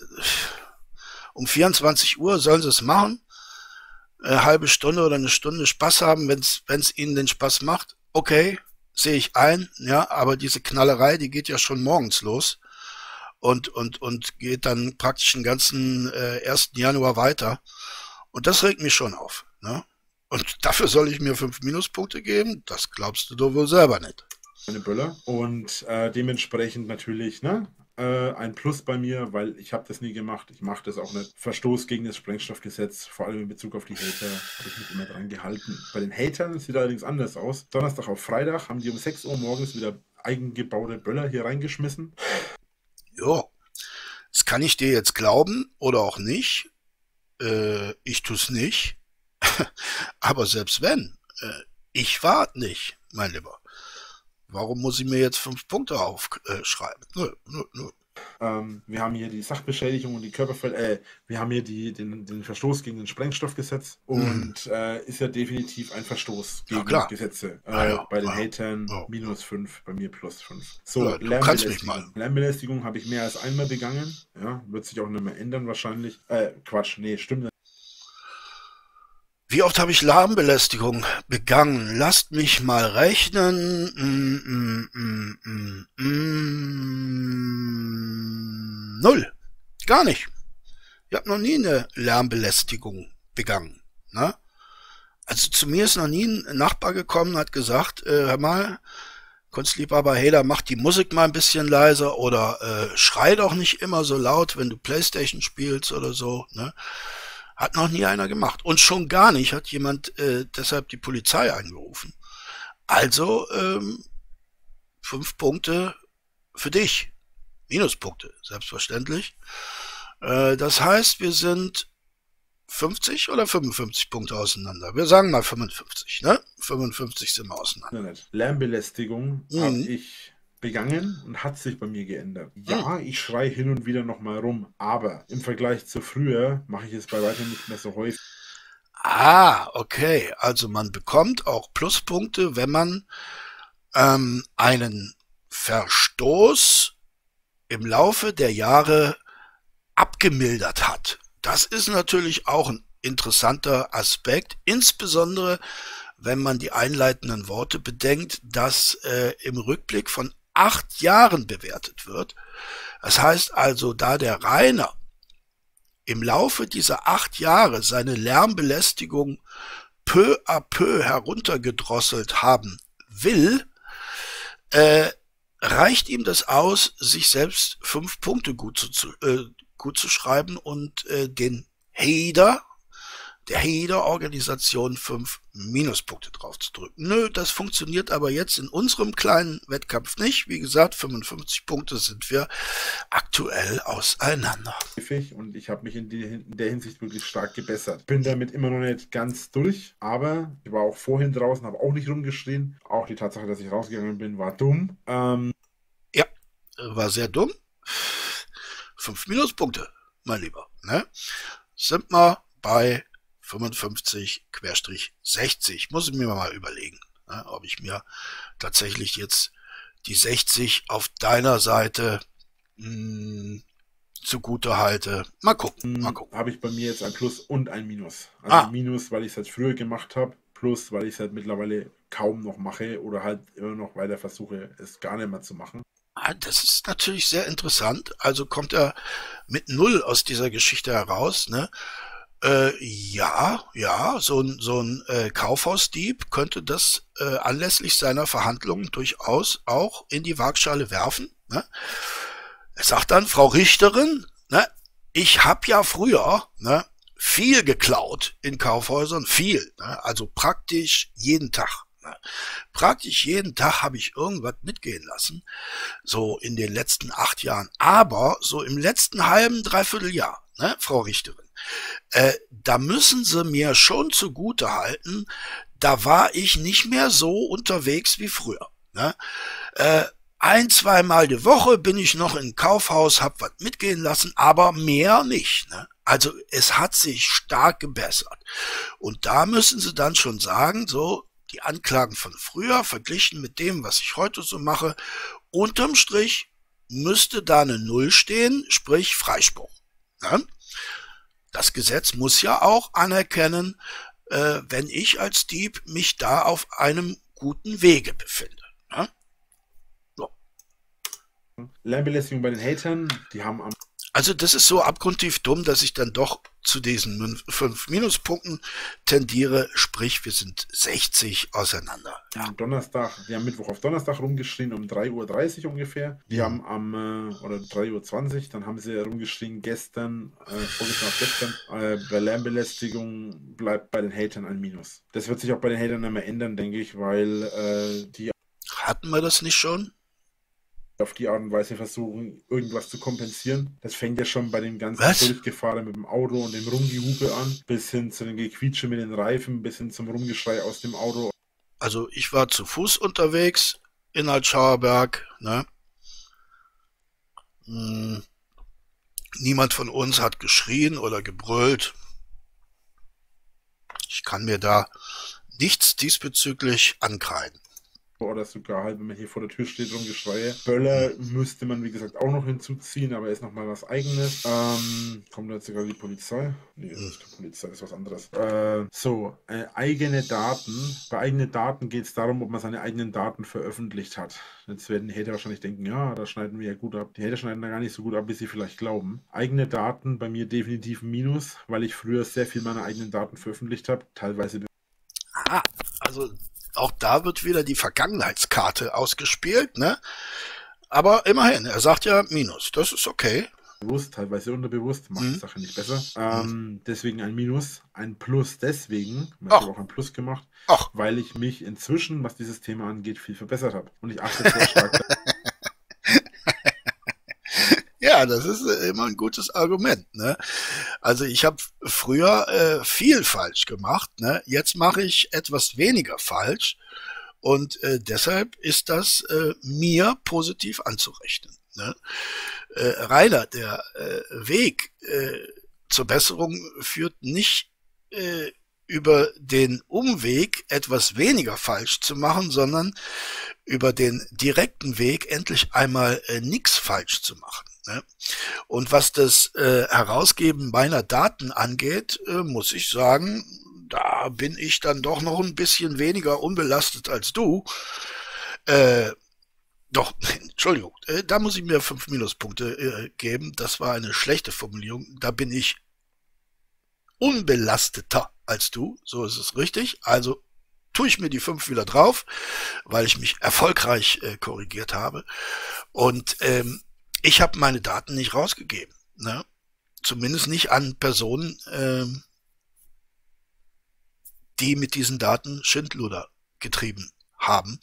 24 Uhr sollen sie es machen? Eine halbe Stunde oder eine Stunde Spaß haben, wenn es ihnen den Spaß macht. Okay, sehe ich ein, ja, aber diese Knallerei, die geht ja schon morgens los und geht dann praktisch den ganzen 1. Januar weiter. Und das regt mich schon auf. Ne? Und dafür soll ich mir 5 Minuspunkte geben? Das glaubst du doch wohl selber nicht.
Meine Böller. Und dementsprechend natürlich, ne? Ein Plus bei mir, weil ich habe das nie gemacht. Ich mache das auch nicht. Verstoß gegen das Sprengstoffgesetz, vor allem in Bezug auf die Hater, habe ich mich immer dran gehalten. Bei den Hatern sieht allerdings anders aus. Donnerstag auf Freitag haben die um 6 Uhr morgens wieder eigengebaute Böller hier reingeschmissen.
Jo, das kann ich dir jetzt glauben oder auch nicht. Ich tu's nicht. Aber selbst wenn, ich warte nicht, mein Lieber. Warum muss ich mir jetzt 5 Punkte aufschreiben? Nö.
Wir haben hier die Sachbeschädigung und die wir haben hier den Verstoß gegen das Sprengstoffgesetz und ist ja definitiv ein Verstoß gegen Gesetze. Bei den Hatern -5, bei mir +5. So,
ja, du kannst mich mal.
Lärmbelästigung habe ich mehr als einmal begangen. Ja, wird sich auch nicht mehr ändern wahrscheinlich. Quatsch, nee, stimmt nicht.
Wie oft habe ich Lärmbelästigung begangen? Lasst mich mal rechnen. 0. Gar nicht. Ich habe noch nie eine Lärmbelästigung begangen. Ne? Also zu mir ist noch nie ein Nachbar gekommen und hat gesagt, hör mal, Kunstliebhaber, hey, da mach die Musik mal ein bisschen leiser oder schrei doch nicht immer so laut, wenn du Playstation spielst oder so. Ne? Hat noch nie einer gemacht. Und schon gar nicht hat jemand deshalb die Polizei angerufen. Also 5 Punkte für dich. Minuspunkte, selbstverständlich. Das heißt, wir sind 50 oder 55 Punkte auseinander. Wir sagen mal 55, ne? 55 sind wir auseinander.
Lärmbelästigung habe ich begangen und hat sich bei mir geändert. Ja, ich schreie hin und wieder nochmal rum, aber im Vergleich zu früher mache ich es bei weitem nicht mehr so häufig.
Ah, okay. Also man bekommt auch Pluspunkte, wenn man einen Verstoß im Laufe der Jahre abgemildert hat. Das ist natürlich auch ein interessanter Aspekt, insbesondere wenn man die einleitenden Worte bedenkt, dass im Rückblick von 8 Jahren bewertet wird. Das heißt also, da der Rainer im Laufe dieser 8 Jahre seine Lärmbelästigung peu à peu heruntergedrosselt haben will, reicht ihm das aus, sich selbst 5 Punkte gut zu schreiben und den der Hader-Organisation 5 Minuspunkte drauf zu drücken. Nö, das funktioniert aber jetzt in unserem kleinen Wettkampf nicht. Wie gesagt, 55 Punkte sind wir aktuell auseinander.
Und ich habe mich in der Hinsicht wirklich stark gebessert. Bin damit immer noch nicht ganz durch, aber ich war auch vorhin draußen, habe auch nicht rumgeschrien. Auch die Tatsache, dass ich rausgegangen bin, war dumm.
Ja, war sehr dumm. 5 Minuspunkte, mein Lieber. Ne? Sind wir bei 55/60. Muss ich mir mal überlegen, ne, ob ich mir tatsächlich jetzt die 60 auf deiner Seite zugute halte. Mal gucken.
Habe ich bei mir jetzt ein Plus und ein Minus. Also Minus, weil ich es halt früher gemacht habe, Plus, weil ich es halt mittlerweile kaum noch mache oder halt immer noch weiter versuche, es gar nicht mehr zu machen.
Das ist natürlich sehr interessant. Also kommt er mit 0 aus dieser Geschichte heraus, ne? Ja, so ein Kaufhausdieb könnte das anlässlich seiner Verhandlungen durchaus auch in die Waagschale werfen. Ne? Er sagt dann, Frau Richterin, ne, ich habe ja früher viel geklaut in Kaufhäusern, viel, ne, also praktisch jeden Tag. Ne? Praktisch jeden Tag habe ich irgendwas mitgehen lassen, so in den letzten 8 Jahren, aber so im letzten halben, dreiviertel Jahr, ne, Frau Richterin, da müssen Sie mir schon zugute halten, da war ich nicht mehr so unterwegs wie früher. Ne? 1-2 Mal die Woche bin ich noch im Kaufhaus, hab was mitgehen lassen, aber mehr nicht. Ne? Also es hat sich stark gebessert. Und da müssen Sie dann schon sagen, so die Anklagen von früher verglichen mit dem, was ich heute so mache, unterm Strich müsste da eine 0 stehen, sprich Freispruch. Ne? Das Gesetz muss ja auch anerkennen, wenn ich als Dieb mich da auf einem guten Wege befinde. Ne? So.
Lärmbelästigung bei den Hatern, die haben
Also das ist so abgrundtief dumm, dass ich dann doch zu diesen 5 Minuspunkten tendiere, sprich wir sind 60 auseinander. Ja.
Die haben Mittwoch auf Donnerstag rumgeschrien um 3:30 Uhr ungefähr. Die haben oder 3:20 Uhr, dann haben sie rumgeschrien vorgestern auf gestern, bei Lärmbelästigung bleibt bei den Hatern ein Minus. Das wird sich auch bei den Hatern nicht mehr ändern, denke ich, weil die
hatten wir das nicht schon?
Auf die Art und Weise versuchen, irgendwas zu kompensieren. Das fängt ja schon bei dem ganzen Durchgefahren mit dem Auto und dem Rumgehupe an, bis hin zu den Gequietsche mit den Reifen, bis hin zum Rumgeschrei aus dem Auto.
Also ich war zu Fuß unterwegs in Altschauerberg, ne? Niemand von uns hat geschrien oder gebrüllt. Ich kann mir da nichts diesbezüglich ankreiden.
Oder sogar halt, wenn man hier vor der Tür steht und Geschreie. Böller müsste man, wie gesagt, auch noch hinzuziehen, aber ist nochmal was Eigenes. Kommt jetzt sogar die Polizei? Nee, das ist keine Polizei, das ist was anderes. Eigene Daten. Bei eigenen Daten geht es darum, ob man seine eigenen Daten veröffentlicht hat. Jetzt werden die Hater wahrscheinlich denken, ja, da schneiden wir ja gut ab. Die Hater schneiden da gar nicht so gut ab, wie sie vielleicht glauben. Eigene Daten, bei mir definitiv ein Minus, weil ich früher sehr viel meiner eigenen Daten veröffentlicht habe. Teilweise.
Also auch da wird wieder die Vergangenheitskarte ausgespielt, ne? Aber immerhin, er sagt ja Minus, das ist okay.
Bewusst, teilweise unterbewusst, macht die Sache nicht besser. Deswegen ein Minus, ein Plus deswegen, ich habe auch ein Plus gemacht, weil ich mich inzwischen, was dieses Thema angeht, viel verbessert habe. Und ich achte sehr stark.
Ja, das ist immer ein gutes Argument, ne? Also ich habe früher viel falsch gemacht, ne? Jetzt mache ich etwas weniger falsch und deshalb ist das mir positiv anzurechnen, ne? Rainer, der Weg zur Besserung führt nicht über den Umweg etwas weniger falsch zu machen, sondern über den direkten Weg endlich einmal nichts falsch zu machen. Ne? Und was das Herausgeben meiner Daten angeht, muss ich sagen, da bin ich dann doch noch ein bisschen weniger unbelastet als du. Entschuldigung, da muss ich mir 5 Minuspunkte geben. Das war eine schlechte Formulierung. Da bin ich unbelasteter als du. So ist es richtig. Also tue ich mir die 5 wieder drauf, weil ich mich erfolgreich korrigiert habe. Und ich habe meine Daten nicht rausgegeben, ne? Zumindest nicht an Personen, die mit diesen Daten Schindluder getrieben haben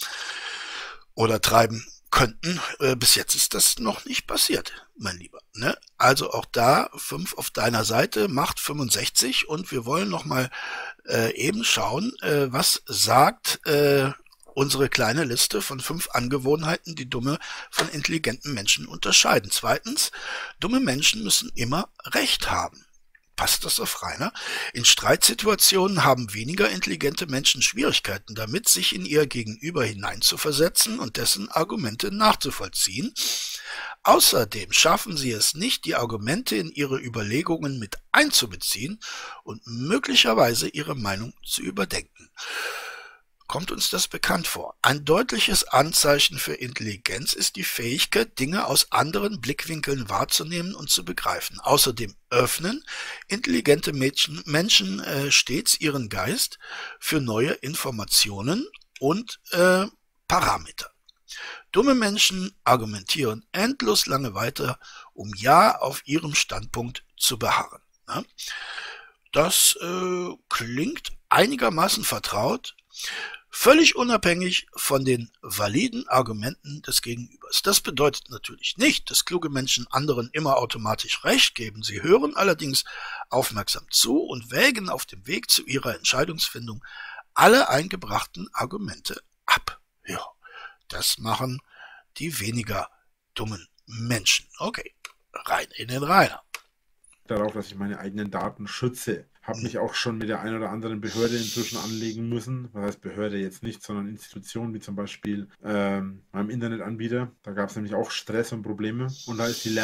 oder treiben könnten. Bis jetzt ist das noch nicht passiert, mein Lieber, ne? Also auch da 5 auf deiner Seite macht 65 und wir wollen noch mal eben schauen, was sagt unsere kleine Liste von 5 Angewohnheiten, die dumme von intelligenten Menschen unterscheiden. Zweitens, dumme Menschen müssen immer Recht haben. Passt das auf Rainer? In Streitsituationen haben weniger intelligente Menschen Schwierigkeiten damit, sich in ihr Gegenüber hineinzuversetzen und dessen Argumente nachzuvollziehen. Außerdem schaffen sie es nicht, die Argumente in ihre Überlegungen mit einzubeziehen und möglicherweise ihre Meinung zu überdenken. Kommt uns das bekannt vor? Ein deutliches Anzeichen für Intelligenz ist die Fähigkeit, Dinge aus anderen Blickwinkeln wahrzunehmen und zu begreifen. Außerdem öffnen intelligente Menschen stets ihren Geist für neue Informationen und Parameter. Dumme Menschen argumentieren endlos lange weiter, um ja auf ihrem Standpunkt zu beharren. Ja? Das klingt einigermaßen vertraut, völlig unabhängig von den validen Argumenten des Gegenübers. Das bedeutet natürlich nicht, dass kluge Menschen anderen immer automatisch Recht geben. Sie hören allerdings aufmerksam zu und wägen auf dem Weg zu ihrer Entscheidungsfindung alle eingebrachten Argumente ab. Ja, das machen die weniger dummen Menschen. Okay, rein in den Rainer.
Darauf, dass ich meine eigenen Daten schütze. Habe mich auch schon mit der einen oder anderen Behörde inzwischen anlegen müssen. Was heißt Behörde jetzt nicht, sondern Institutionen wie zum Beispiel meinem Internetanbieter. Da gab es nämlich auch Stress und Probleme. Und da ist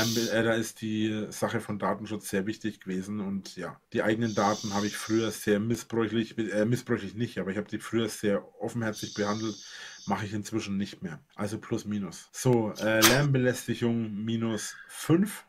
die Sache von Datenschutz sehr wichtig gewesen. Und ja, die eigenen Daten habe ich früher sehr missbräuchlich nicht, aber ich habe die früher sehr offenherzig behandelt. Mache ich inzwischen nicht mehr. Also plus minus. So, Lärmbelästigung minus 5.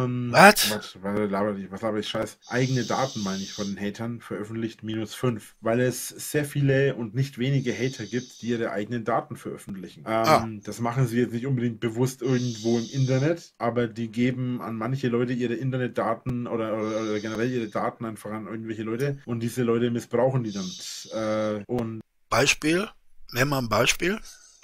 Was laber ich Scheiß? Eigene Daten, meine ich, von den Hatern veröffentlicht minus 5. Weil es sehr viele und nicht wenige Hater gibt, die ihre eigenen Daten veröffentlichen. Das machen sie jetzt nicht unbedingt bewusst irgendwo im Internet, aber die geben an manche Leute ihre Internetdaten oder generell ihre Daten einfach an irgendwelche Leute und diese Leute missbrauchen die dann.
Beispiel? Nehmen wir ein Beispiel.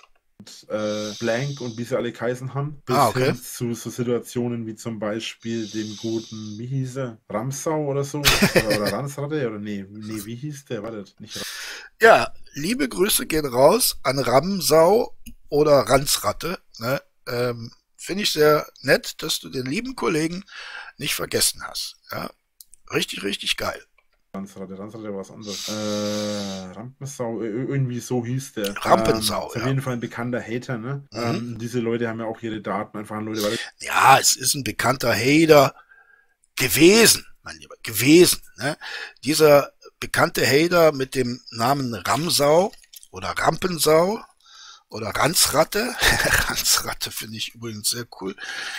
Blank und wie sie alle geheißen haben. Bis hin zu so Situationen wie zum Beispiel dem guten, wie hieß er? Ramsau oder so? oder Ransratte? Oder nee, wie hieß der? Wartet, nicht.
Ja, liebe Grüße gehen raus an Ramsau oder Ransratte. Ne? Finde ich sehr nett, dass du den lieben Kollegen nicht vergessen hast. Ja, richtig, richtig geil.
Ransratte war was anderes. Rampensau, irgendwie so hieß der.
Rampensau,
ist auf jeden Fall ein bekannter Hater, ne? Diese Leute haben ja auch ihre Daten einfach an Leute weiter.
Ja, es ist ein bekannter Hater gewesen, mein Lieber, gewesen. Ne? Dieser bekannte Hater mit dem Namen Ramsau oder Rampensau oder Ransratte, Ransratte finde ich übrigens sehr cool,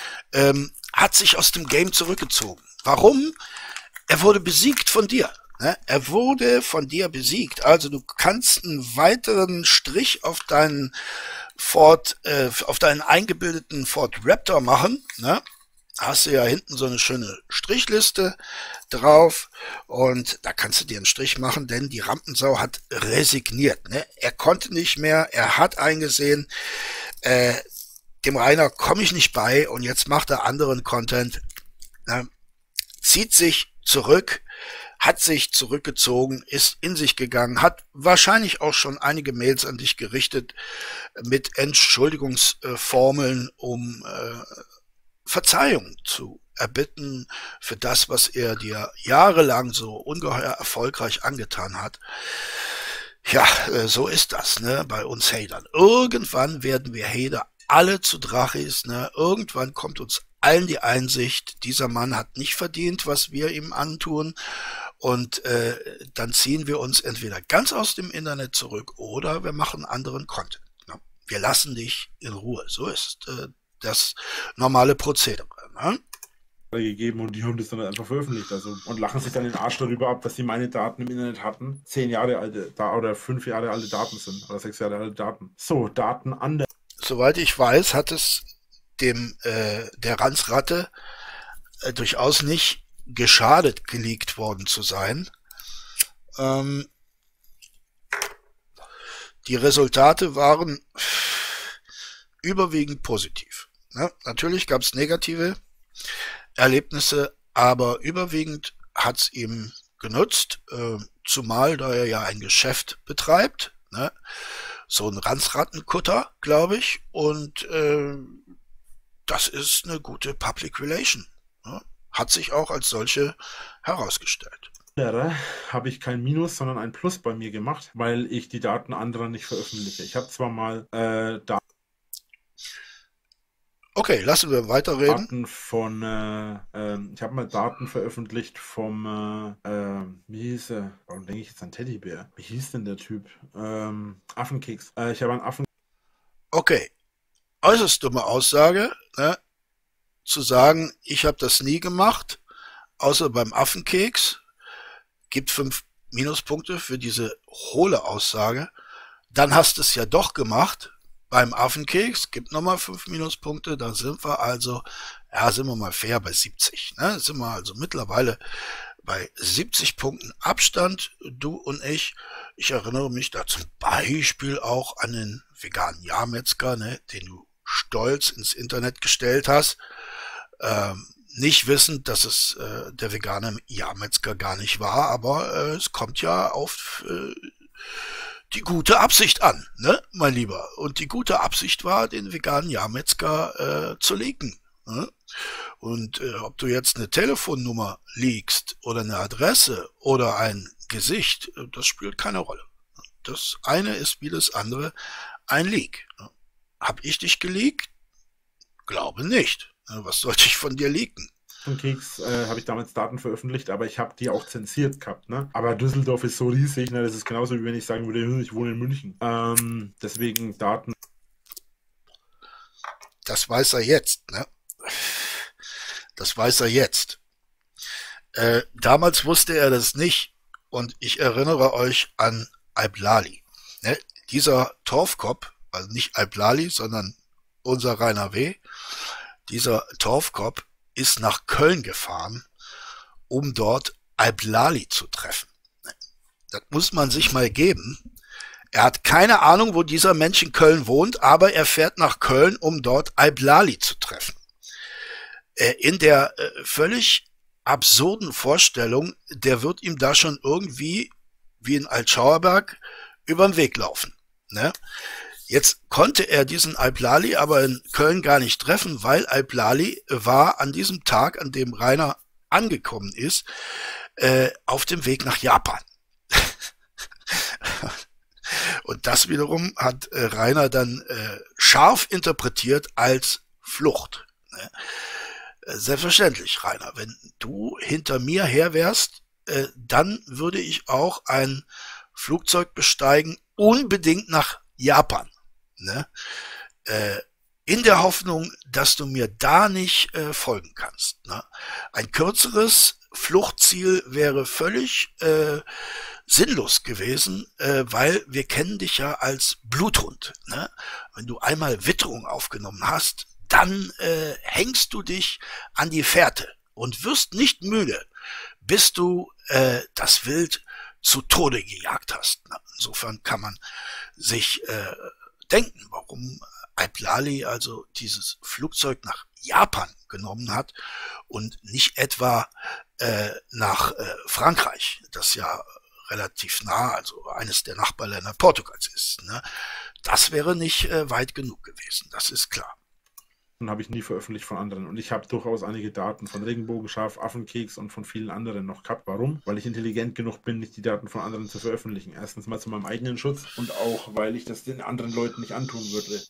hat sich aus dem Game zurückgezogen. Warum? Er wurde besiegt von dir. Ne? Er wurde von dir besiegt. Also du kannst einen weiteren Strich auf deinen auf deinen eingebildeten Ford Raptor machen. Ne? Hast du ja hinten so eine schöne Strichliste drauf und da kannst du dir einen Strich machen, denn die Rampensau hat resigniert. Ne? Er konnte nicht mehr, er hat eingesehen, dem Rainer komme ich nicht bei und jetzt macht er anderen Content. Ne? Zieht sich zurück, hat sich zurückgezogen, ist in sich gegangen, hat wahrscheinlich auch schon einige Mails an dich gerichtet mit Entschuldigungsformeln, um Verzeihung zu erbitten für das, was er dir jahrelang so ungeheuer erfolgreich angetan hat. Ja, so ist das, ne, bei uns Hatern. Irgendwann werden wir Hater alle zu Drachis, ne? Irgendwann kommt uns allen die Einsicht, dieser Mann hat nicht verdient, was wir ihm antun. Und dann ziehen wir uns entweder ganz aus dem Internet zurück oder wir machen anderen Content. Ne? Wir lassen dich in Ruhe. So ist das normale Prozedere. Ne?
Gegeben und die haben das dann einfach veröffentlicht. Also und lachen sich dann den Arsch darüber ab, dass sie meine Daten im Internet hatten. 10 Jahre alte oder 5 Jahre alte Daten sind. Oder 6 Jahre alte Daten. So, Daten an der.
Soweit ich weiß, hat es dem der Ransratte durchaus nicht geschadet, geleakt worden zu sein. Die Resultate waren überwiegend positiv. Ne? Natürlich gab es negative Erlebnisse, aber überwiegend hat es ihm genutzt, zumal da er ja ein Geschäft betreibt, ne? So ein Ransrattenkutter, glaube ich, und das ist eine gute Public Relation. Ne? Hat sich auch als solche herausgestellt.
Habe ich kein Minus, sondern ein Plus bei mir gemacht, weil ich die Daten anderer nicht veröffentliche. Ich habe zwar mal Daten.
Okay, lassen wir weiterreden.
Daten von, ich habe mal Daten veröffentlicht vom, wie hieß er? Warum denke ich jetzt an Teddybär? Wie hieß denn der Typ? Affenkeks. Ich habe einen Affen.
Okay, äußerst dumme Aussage, ne? Zu sagen, ich habe das nie gemacht, außer beim Affenkeks, gibt 5 Minuspunkte für diese hohle Aussage. Dann hast du es ja doch gemacht. Beim Affenkeks gibt nochmal 5 Minuspunkte, da sind wir also, ja, sind wir mal fair bei 70. Ne? Sind wir also mittlerweile bei 70 Punkten Abstand, du und ich. Ich erinnere mich da zum Beispiel auch an den veganen Jahrmetzger, ne, den du stolz ins Internet gestellt hast. Nicht wissend, dass es der vegane Jahrmetzger gar nicht war, aber es kommt ja auf die gute Absicht an, ne, mein Lieber. Und die gute Absicht war, den veganen Jahrmetzger zu leaken. Ne? Und ob du jetzt eine Telefonnummer leakst oder eine Adresse oder ein Gesicht, das spielt keine Rolle. Das eine ist wie das andere ein Leak. Ne? Hab ich dich geleakt? Glaube nicht. Was sollte ich von dir leaken?
Von Keks habe ich damals Daten veröffentlicht, aber ich habe die auch zensiert gehabt. Ne? Aber Düsseldorf ist so riesig, ne? Das ist genauso wie wenn ich sagen würde, ich wohne in München. Deswegen Daten.
Das weiß er jetzt, ne? Das weiß er jetzt. Damals wusste er das nicht und ich erinnere euch an Alblali. Ne? Dieser Torfkopf, also nicht Alblali, sondern unser Rainer W., dieser Torfkopf ist nach Köln gefahren, um dort Alblali zu treffen. Das muss man sich mal geben. Er hat keine Ahnung, wo dieser Mensch in Köln wohnt, aber er fährt nach Köln, um dort Alblali zu treffen. In der völlig absurden Vorstellung, der wird ihm da schon irgendwie, wie in Altschauerberg, über den Weg laufen. Ne? Jetzt konnte er diesen Alp-Lali aber in Köln gar nicht treffen, weil Alp-Lali war an diesem Tag, an dem Rainer angekommen ist, auf dem Weg nach Japan. Und das wiederum hat Rainer dann scharf interpretiert als Flucht. Ne? Selbstverständlich, Rainer, wenn du hinter mir her wärst, dann würde ich auch ein Flugzeug besteigen, unbedingt nach Japan. Ne? In der Hoffnung, dass du mir da nicht folgen kannst. Ne? Ein kürzeres Fluchtziel wäre völlig sinnlos gewesen, weil wir kennen dich ja als Bluthund. Ne? Wenn du einmal Witterung aufgenommen hast, dann hängst du dich an die Fährte und wirst nicht müde, bis du das Wild zu Tode gejagt hast. Na, insofern kann man sich denken, warum Alp-Lali also dieses Flugzeug nach Japan genommen hat und nicht etwa nach Frankreich, das ja relativ nah, also eines der Nachbarländer Portugals ist. Ne? Das wäre nicht weit genug gewesen, das ist klar.
Und habe ich nie veröffentlicht von anderen. Und ich habe durchaus einige Daten von Regenbogenschaf, Affenkeks und von vielen anderen noch gehabt. Warum? Weil ich intelligent genug bin, nicht die Daten von anderen zu veröffentlichen. Erstens mal zu meinem eigenen Schutz und auch, weil ich das den anderen Leuten nicht antun würde.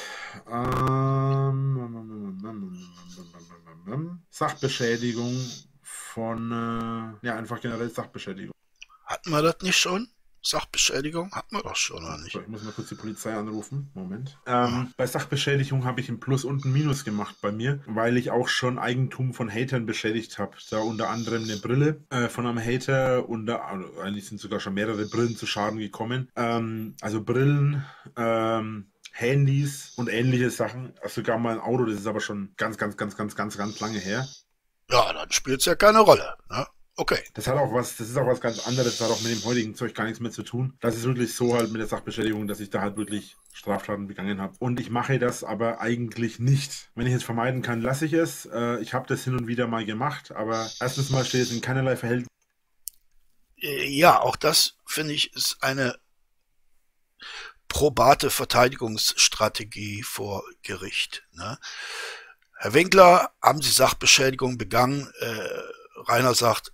Sachbeschädigung von, ja, einfach generell Sachbeschädigung.
Hatten wir das nicht schon? Sachbeschädigung hatten wir doch schon, oder nicht?
Ich muss mal kurz die Polizei anrufen. Moment. Bei Sachbeschädigung habe ich ein Plus und ein Minus gemacht bei mir, weil ich auch schon Eigentum von Hatern beschädigt habe. Da unter anderem eine Brille von einem Hater und eigentlich sind sogar schon mehrere Brillen zu Schaden gekommen. Also Brillen, Handys und ähnliche Sachen. Sogar mal ein Auto, das ist aber schon ganz lange her.
Ja, dann spielt es ja keine Rolle, ne? Okay.
Das ist auch was ganz anderes, das hat auch mit dem heutigen Zeug gar nichts mehr zu tun. Das ist wirklich so halt mit der Sachbeschädigung, dass ich da halt wirklich Straftaten begangen habe. Und ich mache das aber eigentlich nicht. Wenn ich es vermeiden kann, lasse ich es. Ich habe das hin und wieder mal gemacht, aber erstens mal steht es in keinerlei Verhältnis.
Ja, auch das, finde ich, ist eine probate Verteidigungsstrategie vor Gericht. Ne? Herr Winkler, haben Sie Sachbeschädigung begangen? Rainer sagt,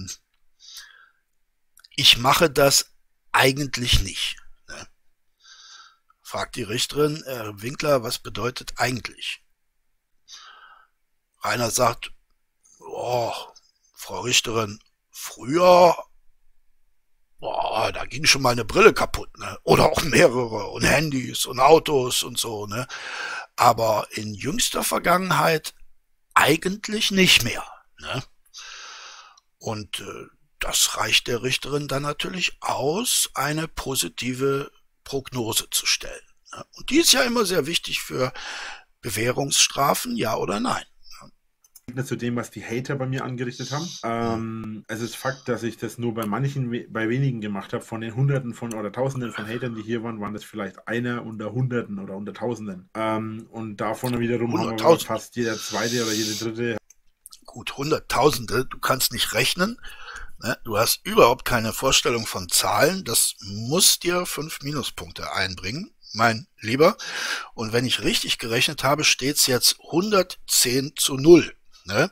ich mache das eigentlich nicht. Ne? Fragt die Richterin, Winkler, was bedeutet eigentlich? Rainer sagt, oh, Frau Richterin, früher, da ging schon mal eine Brille kaputt, ne? Oder auch mehrere und Handys und Autos und so, ne? Aber in jüngster Vergangenheit eigentlich nicht mehr, ne? Und das reicht der Richterin dann natürlich aus, eine positive Prognose zu stellen. Ne? Und die ist ja immer sehr wichtig für Bewährungsstrafen, ja oder nein.
Zu dem, was die Hater bei mir angerichtet haben. Es ist Fakt, dass ich das nur bei wenigen gemacht habe. Von den Hunderten oder Tausenden von Hatern, die hier waren das vielleicht einer unter Hunderten oder unter Tausenden. Und davon wiederum haben wir fast jeder zweite oder jede dritte.
Gut, Hunderttausende, du kannst nicht rechnen. Ne? Du hast überhaupt keine Vorstellung von Zahlen. Das muss dir 5 Minuspunkte einbringen, mein Lieber. Und wenn ich richtig gerechnet habe, steht es jetzt 110:0. Ne?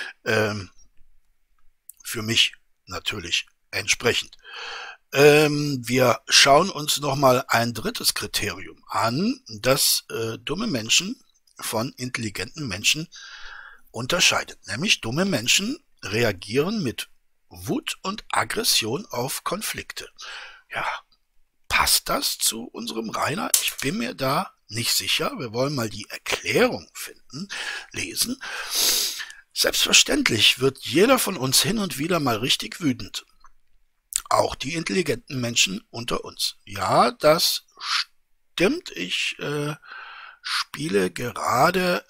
Für mich natürlich entsprechend. Wir schauen uns nochmal ein drittes Kriterium an, das dumme Menschen von intelligenten Menschen unterscheidet. Nämlich dumme Menschen reagieren mit Wut und Aggression auf Konflikte. Ja, passt das zu unserem Rainer? Ich bin mir da nicht sicher. Wir wollen mal die Erklärung finden, lesen. Selbstverständlich wird jeder von uns hin und wieder mal richtig wütend. Auch die intelligenten Menschen unter uns. Ja, das stimmt. Ich spiele gerade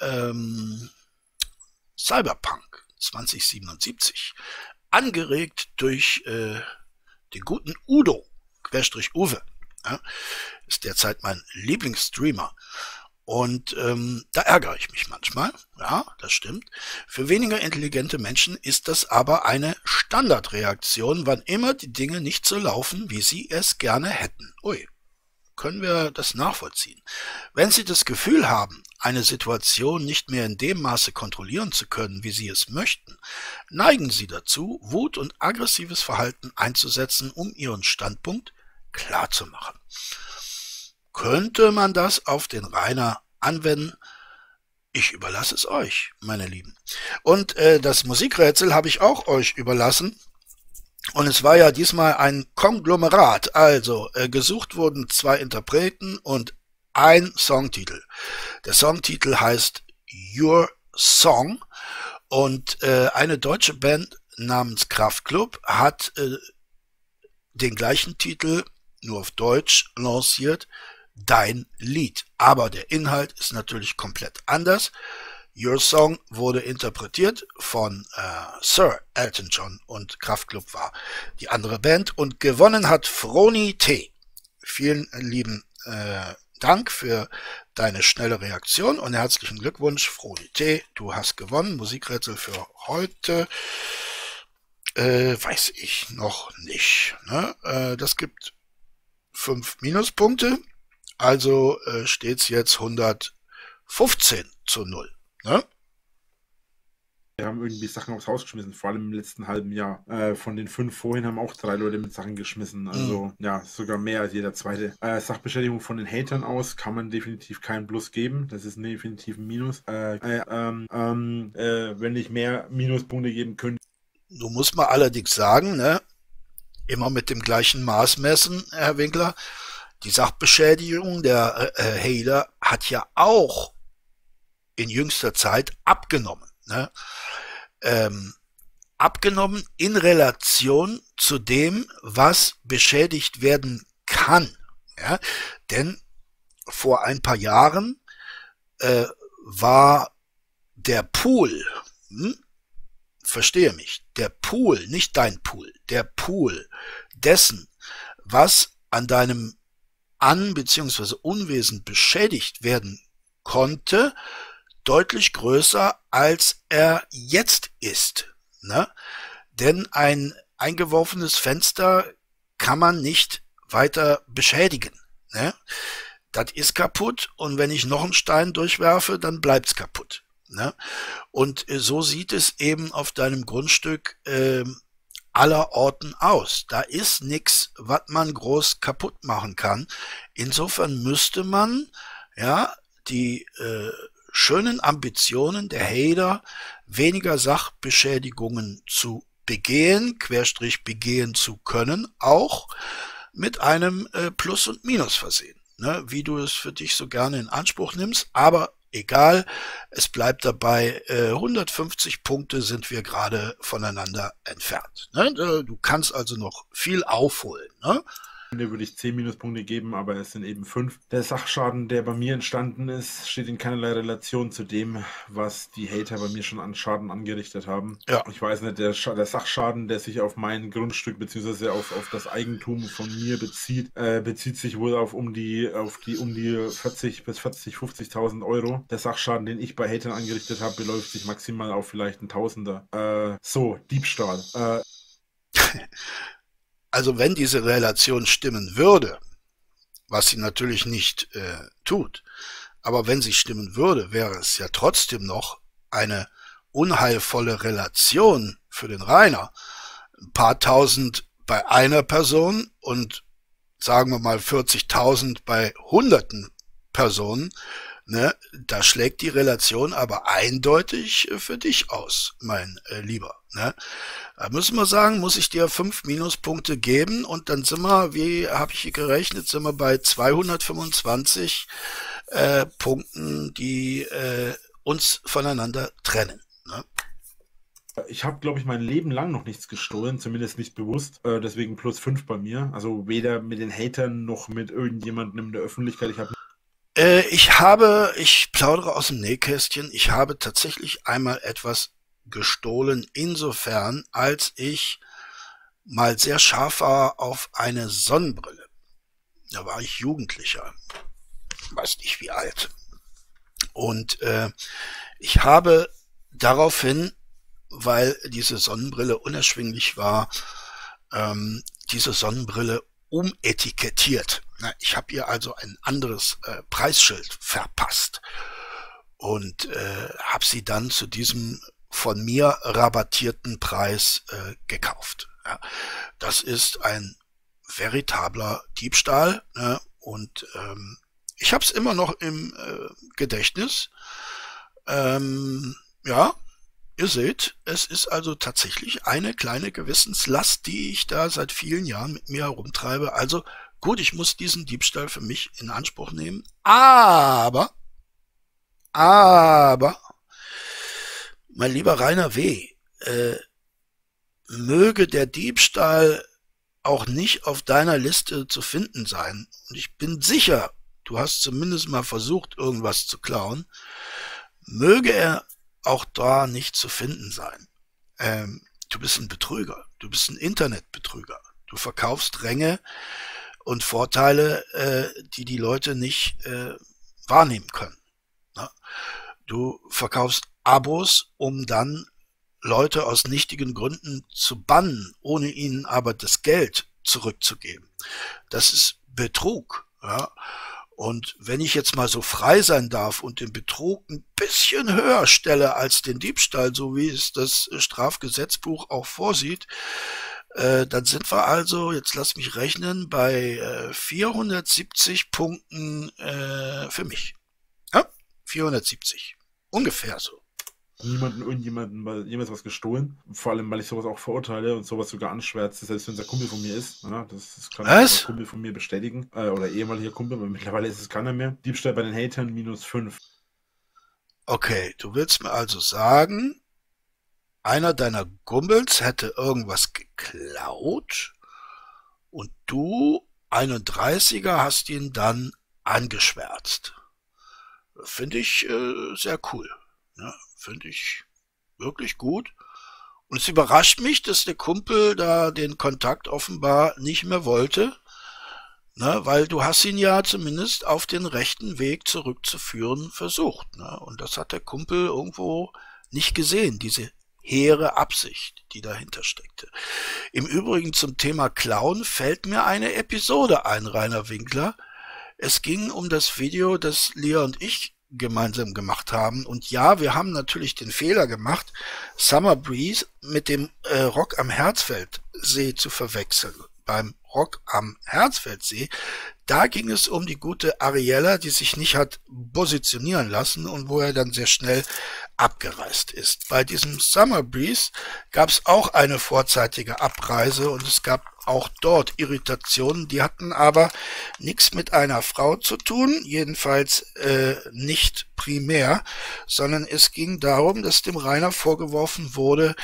Cyberpunk 2077. Angeregt durch den guten Udo, _Uwe. Ja, ist derzeit mein Lieblingsstreamer. Und da ärgere ich mich manchmal. Ja, das stimmt. Für weniger intelligente Menschen ist das aber eine Standardreaktion, wann immer die Dinge nicht so laufen, wie sie es gerne hätten. Ui, können wir das nachvollziehen. Wenn Sie das Gefühl haben, eine Situation nicht mehr in dem Maße kontrollieren zu können, wie Sie es möchten, neigen Sie dazu, Wut und aggressives Verhalten einzusetzen, um Ihren Standpunkt klarzumachen. Könnte man das auf den Rainer anwenden? Ich überlasse es euch, meine Lieben. Und das Musikrätsel habe ich auch euch überlassen. Und es war ja diesmal ein Konglomerat, also gesucht wurden 2 Interpreten und ein Songtitel. Der Songtitel heißt Your Song und eine deutsche Band namens Kraftklub hat den gleichen Titel, nur auf Deutsch, lanciert, Dein Lied. Aber der Inhalt ist natürlich komplett anders. Your Song wurde interpretiert von Sir Elton John und Kraftklub war die andere Band und gewonnen hat Froni T. Vielen lieben Dank für deine schnelle Reaktion und herzlichen Glückwunsch, Froni T. Du hast gewonnen. Musikrätsel für heute weiß ich noch nicht. Ne? Das gibt 5 Minuspunkte, also steht's jetzt 115:0. Ne?
Wir haben irgendwie Sachen aufs Haus geschmissen, vor allem im letzten halben Jahr. Von den 5 vorhin haben auch 3 Leute mit Sachen geschmissen. Also ja, sogar mehr als jeder zweite. Sachbeschädigung von den Hatern aus kann man definitiv keinen Plus geben. Das ist definitiv ein Minus. Wenn ich mehr Minuspunkte geben könnte.
Du musst mal allerdings sagen, ne, immer mit dem gleichen Maß messen, Herr Winkler, die Sachbeschädigung der Hater hat ja auch in jüngster Zeit abgenommen. Ne? Abgenommen in Relation zu dem, was beschädigt werden kann. Ja? Denn vor ein paar Jahren war der Pool, verstehe mich, der Pool, nicht dein Pool, der Pool dessen, was an deinem bzw. Unwesen beschädigt werden konnte, deutlich größer, als er jetzt ist. Ne? Denn ein eingeworfenes Fenster kann man nicht weiter beschädigen. Ne? Das ist kaputt und wenn ich noch einen Stein durchwerfe, dann bleibt's kaputt. Ne? Und so sieht es eben auf deinem Grundstück aller Orten aus. Da ist nichts, was man groß kaputt machen kann. Insofern müsste man ja die schönen Ambitionen der Hater, weniger Sachbeschädigungen zu begehen, begehen zu können, auch mit einem Plus und Minus versehen. Ne? Wie du es für dich so gerne in Anspruch nimmst, aber egal, es bleibt dabei, 150 Punkte sind wir gerade voneinander entfernt. Ne? Du kannst also noch viel aufholen. Ne?
Würde ich 10 Minuspunkte geben, aber es sind eben 5. Der Sachschaden, der bei mir entstanden ist, steht in keinerlei Relation zu dem, was die Hater bei mir schon an Schaden angerichtet haben.
Ja.
Ich weiß nicht, der Sachschaden, der sich auf mein Grundstück bzw. auf das Eigentum von mir bezieht sich wohl auf um die 40 bis 50.000 Euro. Der Sachschaden, den ich bei Hatern angerichtet habe, beläuft sich maximal auf vielleicht ein Tausender. Diebstahl.
Also wenn diese Relation stimmen würde, was sie natürlich nicht tut, aber wenn sie stimmen würde, wäre es ja trotzdem noch eine unheilvolle Relation für den Rainer. Ein paar Tausend bei einer Person und sagen wir mal 40.000 bei hunderten Personen, ne, da schlägt die Relation aber eindeutig für dich aus, mein Lieber. Ne? Da müssen wir sagen, muss ich dir 5 Minuspunkte geben und dann sind wir, wie habe ich hier gerechnet, sind wir bei 225 Punkten, die uns voneinander trennen. Ne?
Ich habe, glaube ich, mein Leben lang noch nichts gestohlen, zumindest nicht bewusst. Deswegen plus 5 bei mir. Also weder mit den Hatern noch mit irgendjemandem in der Öffentlichkeit.
Ich plaudere aus dem Nähkästchen, ich habe tatsächlich einmal etwas gestohlen, insofern, als ich mal sehr scharf war auf eine Sonnenbrille. Da war ich Jugendlicher, weiß nicht wie alt. Und ich habe daraufhin, weil diese Sonnenbrille unerschwinglich war, diese Sonnenbrille umetikettiert. Ich habe ihr also ein anderes Preisschild verpasst und habe sie dann zu diesem von mir rabattierten Preis gekauft. Ja. Das ist ein veritabler Diebstahl, ne? Und ich habe es immer noch im Gedächtnis. Ja, ihr seht, es ist also tatsächlich eine kleine Gewissenslast, die ich da seit vielen Jahren mit mir herumtreibe. Also gut, ich muss diesen Diebstahl für mich in Anspruch nehmen, aber, mein lieber Rainer W., möge der Diebstahl auch nicht auf deiner Liste zu finden sein. Und ich bin sicher, du hast zumindest mal versucht, irgendwas zu klauen. Möge er auch da nicht zu finden sein. Du bist ein Betrüger. Du bist ein Internetbetrüger. Du verkaufst Ränge und Vorteile, die die Leute nicht wahrnehmen können. Ne? Du verkaufst Abos, um dann Leute aus nichtigen Gründen zu bannen, ohne ihnen aber das Geld zurückzugeben. Das ist Betrug. Ja? Und wenn ich jetzt mal so frei sein darf und den Betrug ein bisschen höher stelle als den Diebstahl, so wie es das Strafgesetzbuch auch vorsieht, dann sind wir also, jetzt lass mich rechnen, bei 470 Punkten für mich. Ja? 470. Ungefähr so.
Jemals was gestohlen. Vor allem, weil ich sowas auch verurteile und sowas sogar anschwärze, selbst wenn es ein Kumpel von mir ist. Ja, das kann ein Kumpel von mir bestätigen. Oder ehemaliger Kumpel, aber mittlerweile ist es keiner mehr. Diebstahl bei den Hatern -5.
Okay, du willst mir also sagen, einer deiner Kumpels hätte irgendwas geklaut und du, 31er, hast ihn dann angeschwärzt. Finde ich sehr cool. Ja, finde ich wirklich gut. Und es überrascht mich, dass der Kumpel da den Kontakt offenbar nicht mehr wollte, ne, weil du hast ihn ja zumindest auf den rechten Weg zurückzuführen versucht. Ne, und das hat der Kumpel irgendwo nicht gesehen, diese hehre Absicht, die dahinter steckte. Im Übrigen zum Thema Klauen fällt mir eine Episode ein, Rainer Winkler. Es ging um das Video, das Lia und ich gemeinsam gemacht haben. Und ja, wir haben natürlich den Fehler gemacht, Summer Breeze mit dem Rock am Herzfeldsee zu verwechseln. Beim Rock am Herzfeldsee, da ging es um die gute Ariella, die sich nicht hat positionieren lassen und wo er dann sehr schnell abgereist ist. Bei diesem Summer Breeze gab es auch eine vorzeitige Abreise und es gab auch dort Irritationen, die hatten aber nichts mit einer Frau zu tun, jedenfalls nicht primär, sondern es ging darum, dass dem Rainer vorgeworfen wurde,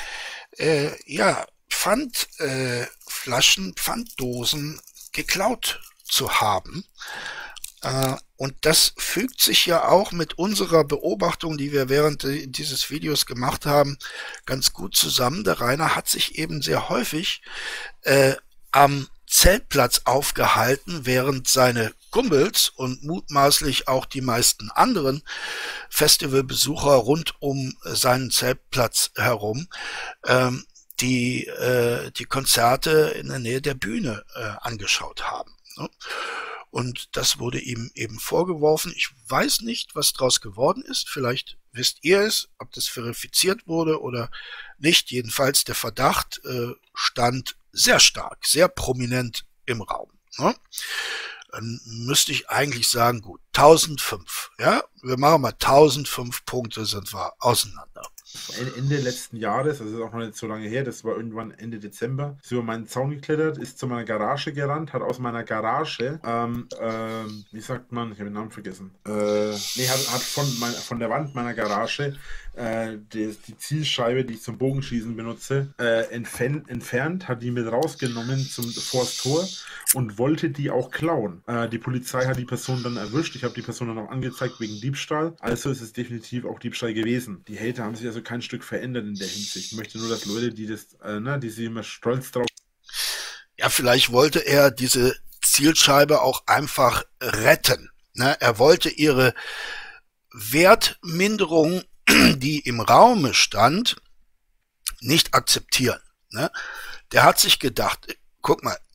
Pfandflaschen, Pfanddosen geklaut zu haben. Und das fügt sich ja auch mit unserer Beobachtung, die wir während dieses Videos gemacht haben, ganz gut zusammen. Der Rainer hat sich eben sehr häufig am Zeltplatz aufgehalten, während seine Kumpels und mutmaßlich auch die meisten anderen Festivalbesucher rund um seinen Zeltplatz herum die Konzerte in der Nähe der Bühne angeschaut haben. Ne? Und das wurde ihm eben vorgeworfen. Ich weiß nicht, was draus geworden ist. Vielleicht wisst ihr es, ob das verifiziert wurde oder nicht. Jedenfalls der Verdacht stand sehr stark, sehr prominent im Raum. Ne? Dann müsste ich eigentlich sagen, gut, 1005. Ja, wir machen mal 1005 Punkte, sind wir auseinander.
Ende letzten Jahres, das ist auch noch nicht so lange her, das war irgendwann Ende Dezember, ist über meinen Zaun geklettert, ist zu meiner Garage gerannt, hat aus meiner Garage, wie sagt man, ich habe den Namen vergessen, hat von der Wand meiner Garage die Zielscheibe, die ich zum Bogenschießen benutze, entfernt, hat die mit rausgenommen vors Tor und wollte die auch klauen. Die Polizei hat die Person dann erwischt, ich habe die Person dann auch angezeigt wegen Diebstahl, also ist es definitiv auch Diebstahl gewesen. Die Hater haben sich also kein Stück verändert in der Hinsicht. Ich möchte nur, dass Leute, die sind immer stolz drauf.
Ja, vielleicht wollte er diese Zielscheibe auch einfach retten. Ne? Er wollte ihre Wertminderung, die im Raume stand, nicht akzeptieren. Ne? Der hat sich gedacht, guck mal,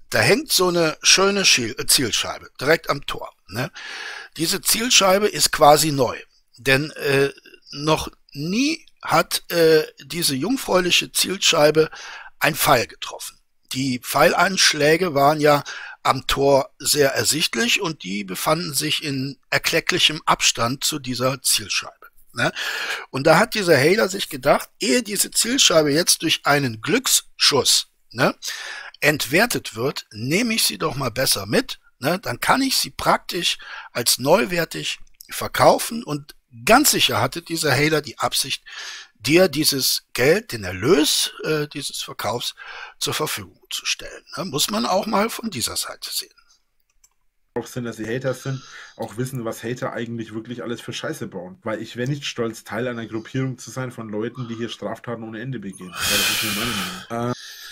Da hängt so eine schöne Zielscheibe direkt am Tor. Ne? Diese Zielscheibe ist quasi neu, denn noch nie hat diese jungfräuliche Zielscheibe ein Pfeil getroffen. Die Pfeileinschläge waren ja am Tor sehr ersichtlich und die befanden sich in erklecklichem Abstand zu dieser Zielscheibe. Ne? Und da hat dieser Hater sich gedacht, ehe diese Zielscheibe jetzt durch einen Glücksschuss, ne, entwertet wird, nehme ich sie doch mal besser mit, ne? Dann kann ich sie praktisch als neuwertig verkaufen und ganz sicher hatte dieser Hater die Absicht, dir dieses Geld, den Erlös dieses Verkaufs zur Verfügung zu stellen. Ne? Muss man auch mal von dieser Seite sehen.
Auch sind, dass sie Haters sind, auch wissen, was Hater eigentlich wirklich alles für Scheiße bauen. Weil ich wäre nicht stolz, Teil einer Gruppierung zu sein von Leuten, die hier Straftaten ohne Ende begehen. Ja, das ist nur meine Meinung.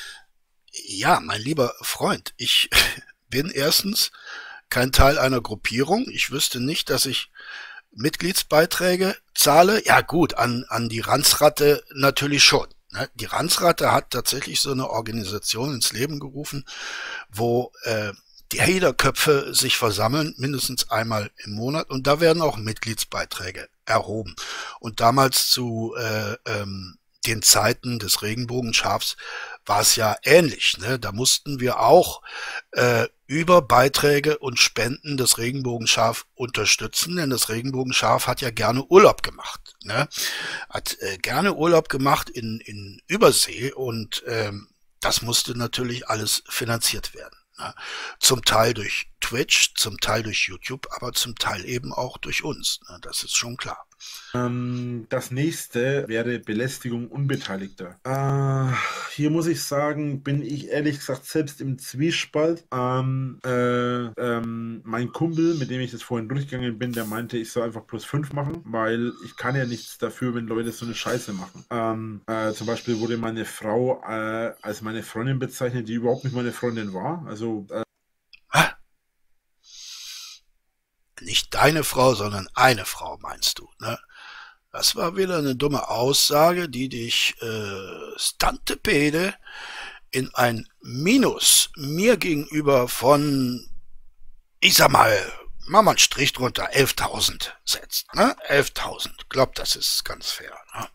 Ja, mein lieber Freund, ich bin erstens kein Teil einer Gruppierung. Ich wüsste nicht, dass ich Mitgliedsbeiträge zahle. Ja gut, an die Ranzratte natürlich schon. Ne? Die Ranzratte hat tatsächlich so eine Organisation ins Leben gerufen, wo die Haterköpfe sich versammeln, mindestens einmal im Monat, und da werden auch Mitgliedsbeiträge erhoben. Und damals zu den Zeiten des Regenbogenschafs war es ja ähnlich. Ne? Da mussten wir auch über Beiträge und Spenden das Regenbogenschaf unterstützen, denn das Regenbogenschaf hat ja gerne Urlaub gemacht. Ne? Hat gerne Urlaub gemacht in Übersee und das musste natürlich alles finanziert werden. Ne? Zum Teil durch Twitch, zum Teil durch YouTube, aber zum Teil eben auch durch uns. Ne? Das ist schon klar.
Das nächste wäre Belästigung Unbeteiligter. Hier muss ich sagen, bin ich ehrlich gesagt selbst im Zwiespalt. Mein Kumpel, mit dem ich das vorhin durchgegangen bin, der meinte, ich soll einfach +5 machen, weil ich kann ja nichts dafür, wenn Leute so eine Scheiße machen. Zum Beispiel wurde meine Frau als meine Freundin bezeichnet, die überhaupt nicht meine Freundin war. Also
nicht deine Frau, sondern eine Frau, meinst du, ne? Das war wieder eine dumme Aussage, die dich Stantepede in ein Minus mir gegenüber von, ich sag mal, mach mal einen Strich drunter, 11.000 setzt, ne? 11.000, glaub, das ist ganz fair, ne?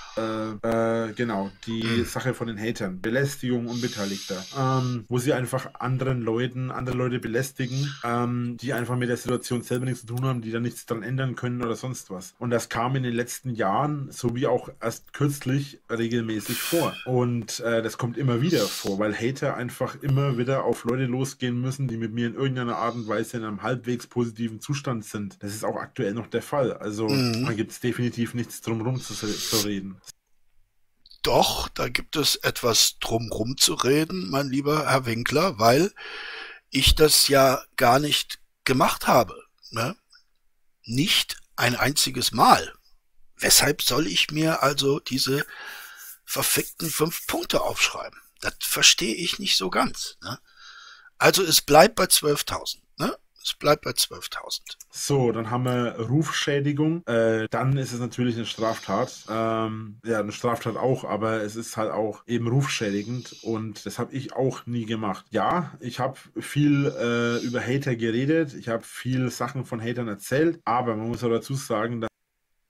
Genau, die Sache von den Hatern, Belästigung Unbeteiligter, wo sie einfach andere Leute belästigen, die einfach mit der Situation selber nichts zu tun haben, die da nichts dran ändern können oder sonst was. Und das kam in den letzten Jahren, sowie auch erst kürzlich, regelmäßig vor. Und das kommt immer wieder vor, weil Hater einfach immer wieder auf Leute losgehen müssen, die mit mir in irgendeiner Art und Weise in einem halbwegs positiven Zustand sind. Das ist auch aktuell noch der Fall. Also da gibt es definitiv nichts drumherum zu reden.
Doch, da gibt es etwas drumrum zu reden, mein lieber Herr Winkler, weil ich das ja gar nicht gemacht habe. Ne? Nicht ein einziges Mal. Weshalb soll ich mir also diese verfickten 5 Punkte aufschreiben? Das verstehe ich nicht so ganz. Ne? Also es bleibt bei 12.000. Ne? Es bleibt bei 12.000.
So, dann haben wir Rufschädigung. Dann ist es natürlich eine Straftat. Ja, eine Straftat auch, aber es ist halt auch eben rufschädigend und das habe ich auch nie gemacht. Ja, ich habe viel über Hater geredet, ich habe viel Sachen von Hatern erzählt, aber man muss auch dazu sagen, dass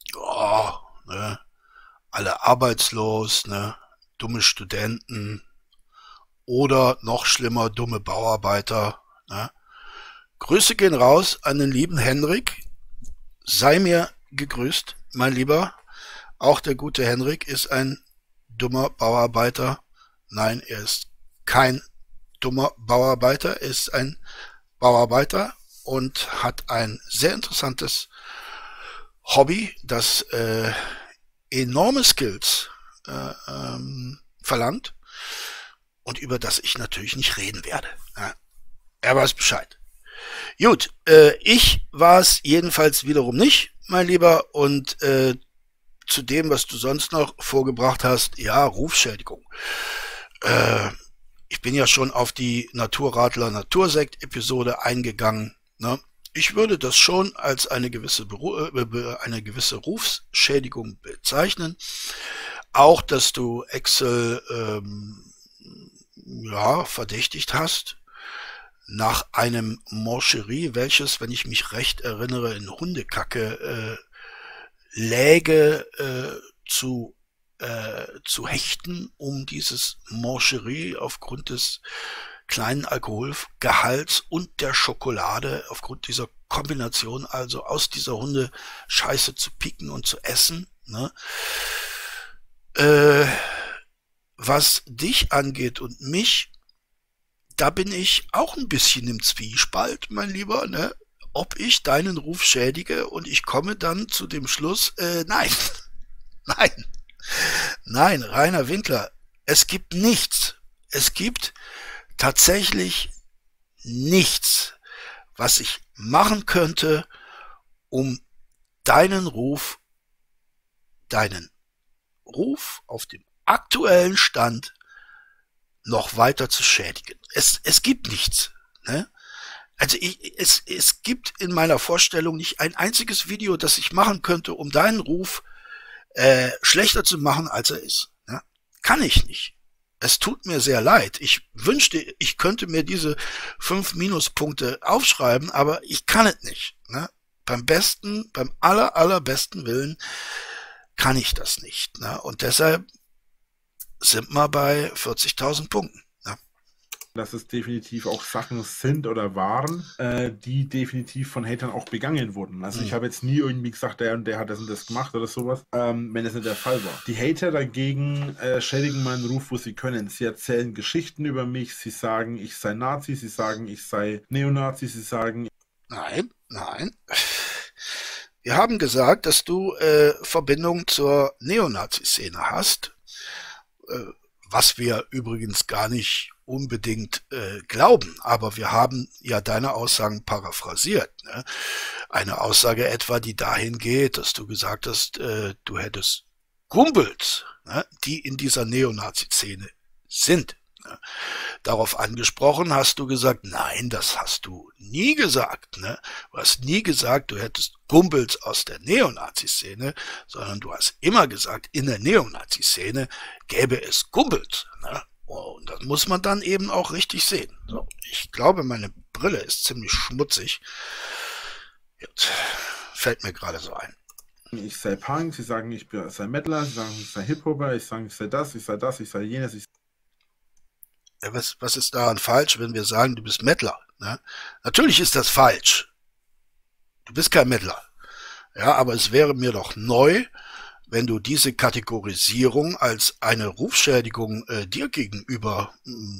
ne? Alle arbeitslos, ne? Dumme Studenten oder noch schlimmer, dumme Bauarbeiter, ne? Grüße gehen raus an den lieben Henrik. Sei mir gegrüßt, mein Lieber. Auch der gute Henrik ist ein dummer Bauarbeiter. Nein, er ist kein dummer Bauarbeiter. Er ist ein Bauarbeiter und hat ein sehr interessantes Hobby, das enorme Skills verlangt und über das ich natürlich nicht reden werde. Ja, er weiß Bescheid. Gut, ich war es jedenfalls wiederum nicht, mein Lieber, und zu dem, was du sonst noch vorgebracht hast, ja, Rufschädigung. Ich bin ja schon auf die Naturradler Natursekt-Episode eingegangen. Ne? Ich würde das schon als eine gewisse Rufschädigung bezeichnen. Auch, dass du Excel ja, verdächtigt hast, nach einem Mancherie, welches, wenn ich mich recht erinnere, in Hundekacke läge, zu hechten, um dieses Mancherie aufgrund des kleinen Alkoholgehalts und der Schokolade, aufgrund dieser Kombination, also aus dieser Hundescheiße zu picken und zu essen. Ne? Was dich angeht und mich, da bin ich auch ein bisschen im Zwiespalt, mein Lieber, ne? Ob ich deinen Ruf schädige, und ich komme dann zu dem Schluss, nein, nein, nein, Rainer Winkler, es gibt nichts. Es gibt tatsächlich nichts, was ich machen könnte, um deinen Ruf auf dem aktuellen Stand noch weiter zu schädigen. Es gibt nichts. Ne? Also es gibt in meiner Vorstellung nicht ein einziges Video, das ich machen könnte, um deinen Ruf schlechter zu machen, als er ist. Ne? Kann ich nicht. Es tut mir sehr leid. Ich wünschte, ich könnte mir diese 5 Minuspunkte aufschreiben, aber ich kann es nicht. Ne? Beim allerbesten Willen kann ich das nicht. Ne? Und deshalb sind wir bei 40.000 Punkten. Ne?
Dass es definitiv auch Sachen sind oder waren, die definitiv von Hatern auch begangen wurden. Also ich habe jetzt nie irgendwie gesagt, der und der hat das und das gemacht oder sowas, wenn das nicht der Fall war. Die Hater dagegen schädigen meinen Ruf, wo sie können. Sie erzählen Geschichten über mich, sie sagen, ich sei Nazi, sie sagen, ich sei Neonazi, sie sagen...
Nein. Wir haben gesagt, dass du Verbindung zur Neonazi-Szene hast, was wir übrigens gar nicht unbedingt glauben, aber wir haben ja deine Aussagen paraphrasiert. Ne? Eine Aussage etwa, die dahin geht, dass du gesagt hast, du hättest Kumpels, ne, die in dieser Neonazi-Szene sind. Ne? Darauf angesprochen hast du gesagt, nein, das hast du nie gesagt. Ne? Du hast nie gesagt, du hättest Kumpels aus der Neonazi-Szene, sondern du hast immer gesagt, in der Neonazi-Szene gäbe es Kumpels. Ne? Und das muss man dann eben auch richtig sehen. So, ich glaube, meine Brille ist ziemlich schmutzig. Jetzt fällt mir gerade so ein.
Ich sei Punk, sie sagen, ich sei Mettler, sie sagen, ich sei Hip-Hopper, ich sage, ich sei das, ich sei jenes.
Was ist daran falsch, wenn wir sagen, du bist Mettler? Ne? Natürlich ist das falsch. Du bist kein Mettler. Ja, aber es wäre mir doch neu, wenn du diese Kategorisierung als eine Rufschädigung dir gegenüber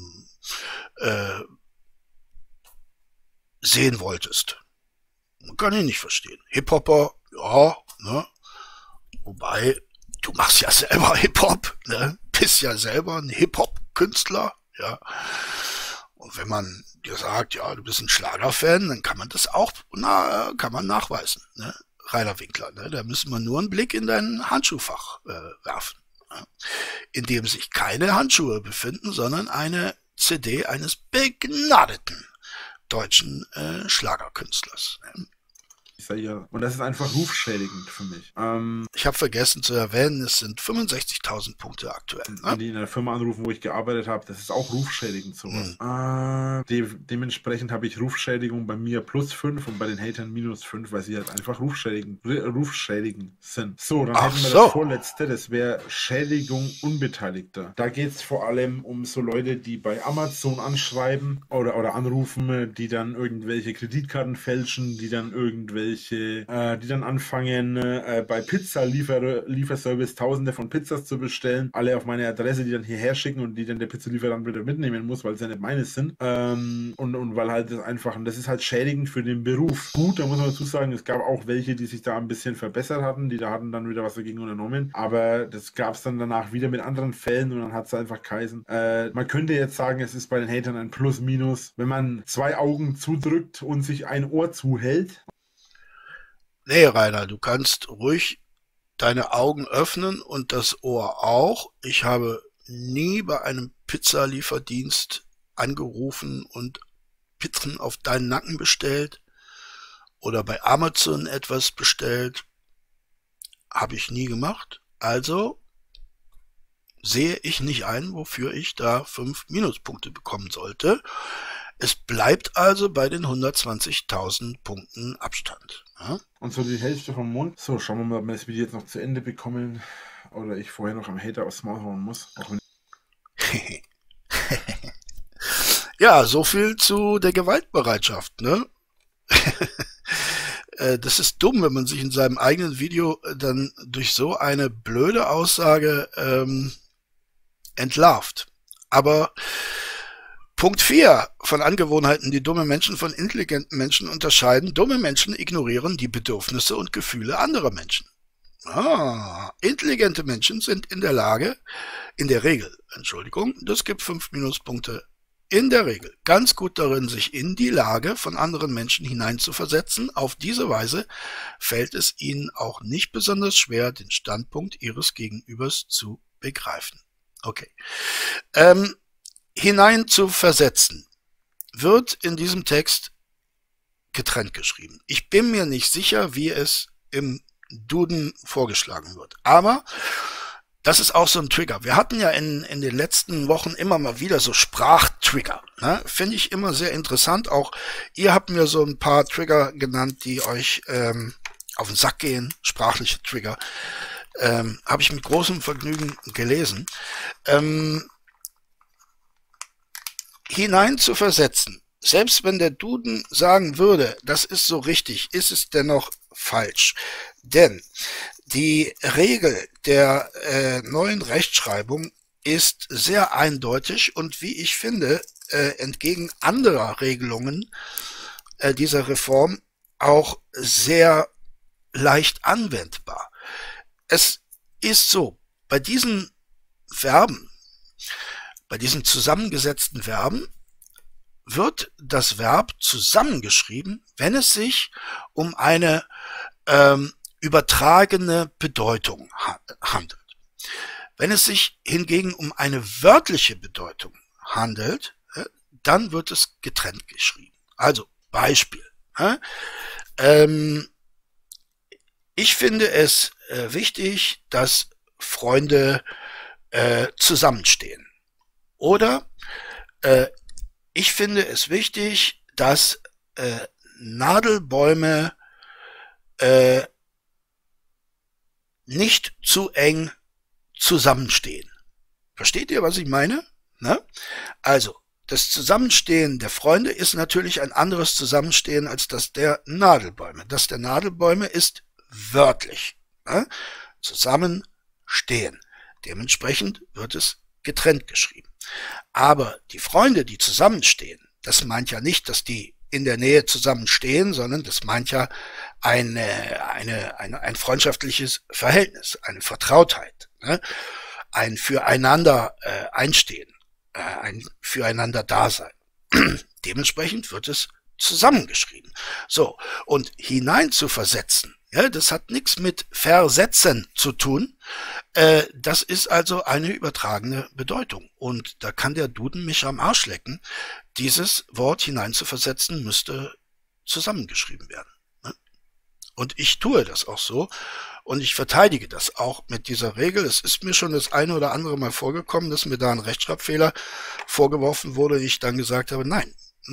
sehen wolltest. Kann ich nicht verstehen. Hip-Hopper, ja, ne? Wobei, du machst ja selber Hip-Hop, ne? Bist ja selber ein Hip-Hop-Künstler, ja. Und wenn man dir sagt, ja, du bist ein Schlagerfan, dann kann man das auch, kann man nachweisen, ne? Rainer Winkler, ne? Da müssen wir nur einen Blick in dein Handschuhfach werfen, ne? In dem sich keine Handschuhe befinden, sondern eine CD eines begnadeten deutschen Schlagerkünstlers. Ne?
Und das ist einfach rufschädigend für mich.
Ich habe vergessen zu erwähnen, es sind 65.000 Punkte aktuell. Ne?
Die in der Firma anrufen, wo ich gearbeitet habe, das ist auch rufschädigend sowas. Dementsprechend habe ich Rufschädigung bei mir +5 und bei den Hatern -5, weil sie halt einfach rufschädigend sind. So, dann hätten wir das vorletzte, das wäre Schädigung Unbeteiligter. Da geht es vor allem um so Leute, die bei Amazon anschreiben oder anrufen, die dann irgendwelche Kreditkarten fälschen, die dann anfangen, bei Pizza-Lieferservice Tausende von Pizzas zu bestellen, alle auf meine Adresse, die dann hierher schicken und die dann der Pizzalieferant wieder mitnehmen muss, weil es ja nicht meine sind. Und weil halt das einfach, und das ist halt schädigend für den Beruf. Gut, da muss man dazu sagen, es gab auch welche, die sich da ein bisschen verbessert hatten, die da hatten dann wieder was dagegen unternommen, aber das gab es dann danach wieder mit anderen Fällen und dann hat es einfach geheißen. Man könnte jetzt sagen, es ist bei den Hatern ein Plus-Minus, wenn man 2 Augen zudrückt und sich ein Ohr zuhält.
Nee, Rainer, du kannst ruhig deine Augen öffnen und das Ohr auch. Ich habe nie bei einem Pizzalieferdienst angerufen und Pizzen auf deinen Nacken bestellt oder bei Amazon etwas bestellt. Habe ich nie gemacht. Also sehe ich nicht ein, wofür ich da 5 Minuspunkte bekommen sollte. Es bleibt also bei den 120.000 Punkten Abstand. Ja?
Und so die Hälfte vom Mond. So, schauen wir mal, ob wir das Video jetzt noch zu Ende bekommen oder ich vorher noch am Hater aufs Maul hauen muss. Auch wenn
Ja, so viel zu der Gewaltbereitschaft, ne? Das ist dumm, wenn man sich in seinem eigenen Video dann durch so eine blöde Aussage entlarvt. Aber Punkt 4 von Angewohnheiten, die dumme Menschen von intelligenten Menschen unterscheiden. Dumme Menschen ignorieren die Bedürfnisse und Gefühle anderer Menschen. Intelligente Menschen sind in der Regel, das gibt 5 Minuspunkte, in der Regel ganz gut darin, sich in die Lage von anderen Menschen hineinzuversetzen. Auf diese Weise fällt es ihnen auch nicht besonders schwer, den Standpunkt ihres Gegenübers zu begreifen. Okay. Hinein zu versetzen wird in diesem Text getrennt geschrieben. Ich bin mir nicht sicher, wie es im Duden vorgeschlagen wird. Aber das ist auch so ein Trigger. Wir hatten ja in den letzten Wochen immer mal wieder so Sprachtrigger. Ne? Finde ich immer sehr interessant. Auch ihr habt mir so ein paar Trigger genannt, die euch auf den Sack gehen. Sprachliche Trigger. Habe ich mit großem Vergnügen gelesen. Hinein zu versetzen. Selbst wenn der Duden sagen würde, das ist so richtig, ist es dennoch falsch. Denn die Regel der neuen Rechtschreibung ist sehr eindeutig und wie ich finde, entgegen anderer Regelungen dieser Reform auch sehr leicht anwendbar. Es ist so, bei diesen Verben, bei diesen zusammengesetzten Verben wird das Verb zusammengeschrieben, wenn es sich um eine übertragene Bedeutung handelt. Wenn es sich hingegen um eine wörtliche Bedeutung handelt, dann wird es getrennt geschrieben. Also Beispiel. Ich finde es wichtig, dass Freunde zusammenstehen. Oder ich finde es wichtig, dass Nadelbäume nicht zu eng zusammenstehen. Versteht ihr, was ich meine? Ne? Also, das Zusammenstehen der Freunde ist natürlich ein anderes Zusammenstehen als das der Nadelbäume. Das der Nadelbäume ist wörtlich. Ne? Zusammenstehen. Dementsprechend wird es getrennt geschrieben. Aber die Freunde, die zusammenstehen, das meint ja nicht, dass die in der Nähe zusammenstehen, sondern das meint ja ein freundschaftliches Verhältnis, eine Vertrautheit, ne? Ein Füreinander einstehen, ein Füreinander Dasein. Dementsprechend wird es zusammengeschrieben. So, und hinein zu versetzen, ja, das hat nichts mit Versetzen zu tun. Das ist also eine übertragene Bedeutung. Und da kann der Duden mich am Arsch lecken. Dieses Wort hinein zu versetzen müsste zusammengeschrieben werden. Ne? Und ich tue das auch so. Und ich verteidige das auch mit dieser Regel. Es ist mir schon das eine oder andere Mal vorgekommen, dass mir da ein Rechtschreibfehler vorgeworfen wurde. Und ich dann gesagt habe, nein.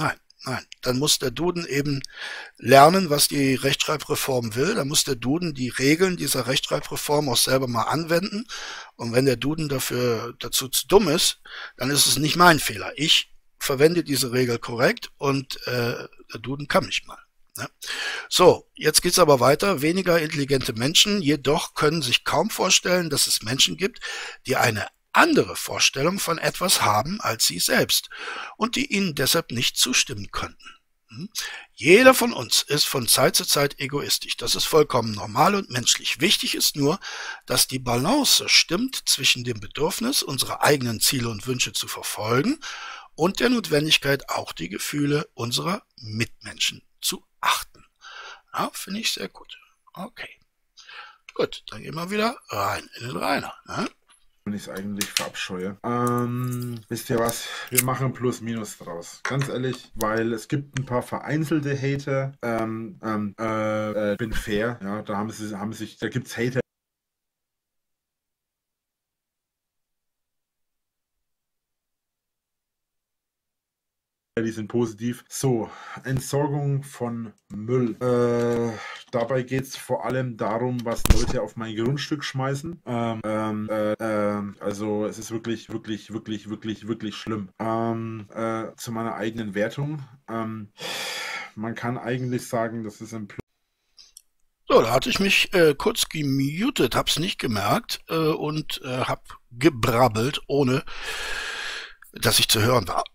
Dann muss der Duden eben lernen, was die Rechtschreibreform will. Dann muss der Duden die Regeln dieser Rechtschreibreform auch selber mal anwenden. Und wenn der Duden dazu zu dumm ist, dann ist es nicht mein Fehler. Ich verwende diese Regel korrekt und der Duden kann mich mal. Ne? So, jetzt geht's aber weiter. Weniger intelligente Menschen jedoch können sich kaum vorstellen, dass es Menschen gibt, die eine andere Vorstellung von etwas haben als sie selbst und die ihnen deshalb nicht zustimmen könnten. Jeder von uns ist von Zeit zu Zeit egoistisch. Das ist vollkommen normal und menschlich. Wichtig ist nur, dass die Balance stimmt zwischen dem Bedürfnis, unsere eigenen Ziele und Wünsche zu verfolgen und der Notwendigkeit, auch die Gefühle unserer Mitmenschen zu achten. Ja, finde ich sehr gut. Okay. Gut, dann gehen wir wieder rein in den Rainer. Ne?
Und ich es eigentlich verabscheue. Wisst ihr was? Wir machen Plus-Minus draus. Ganz ehrlich, weil es gibt ein paar vereinzelte Hater. Bin fair. Ja, da gibt's Hater. Die sind positiv. So, Entsorgung von Müll. Dabei geht es vor allem darum, was Leute auf mein Grundstück schmeißen. Also es ist wirklich, wirklich, wirklich, wirklich, wirklich schlimm. Zu meiner eigenen Wertung. Man kann eigentlich sagen, das ist ein
So, da hatte ich mich kurz gemutet, hab's nicht gemerkt und hab gebrabbelt, ohne dass ich zu hören war.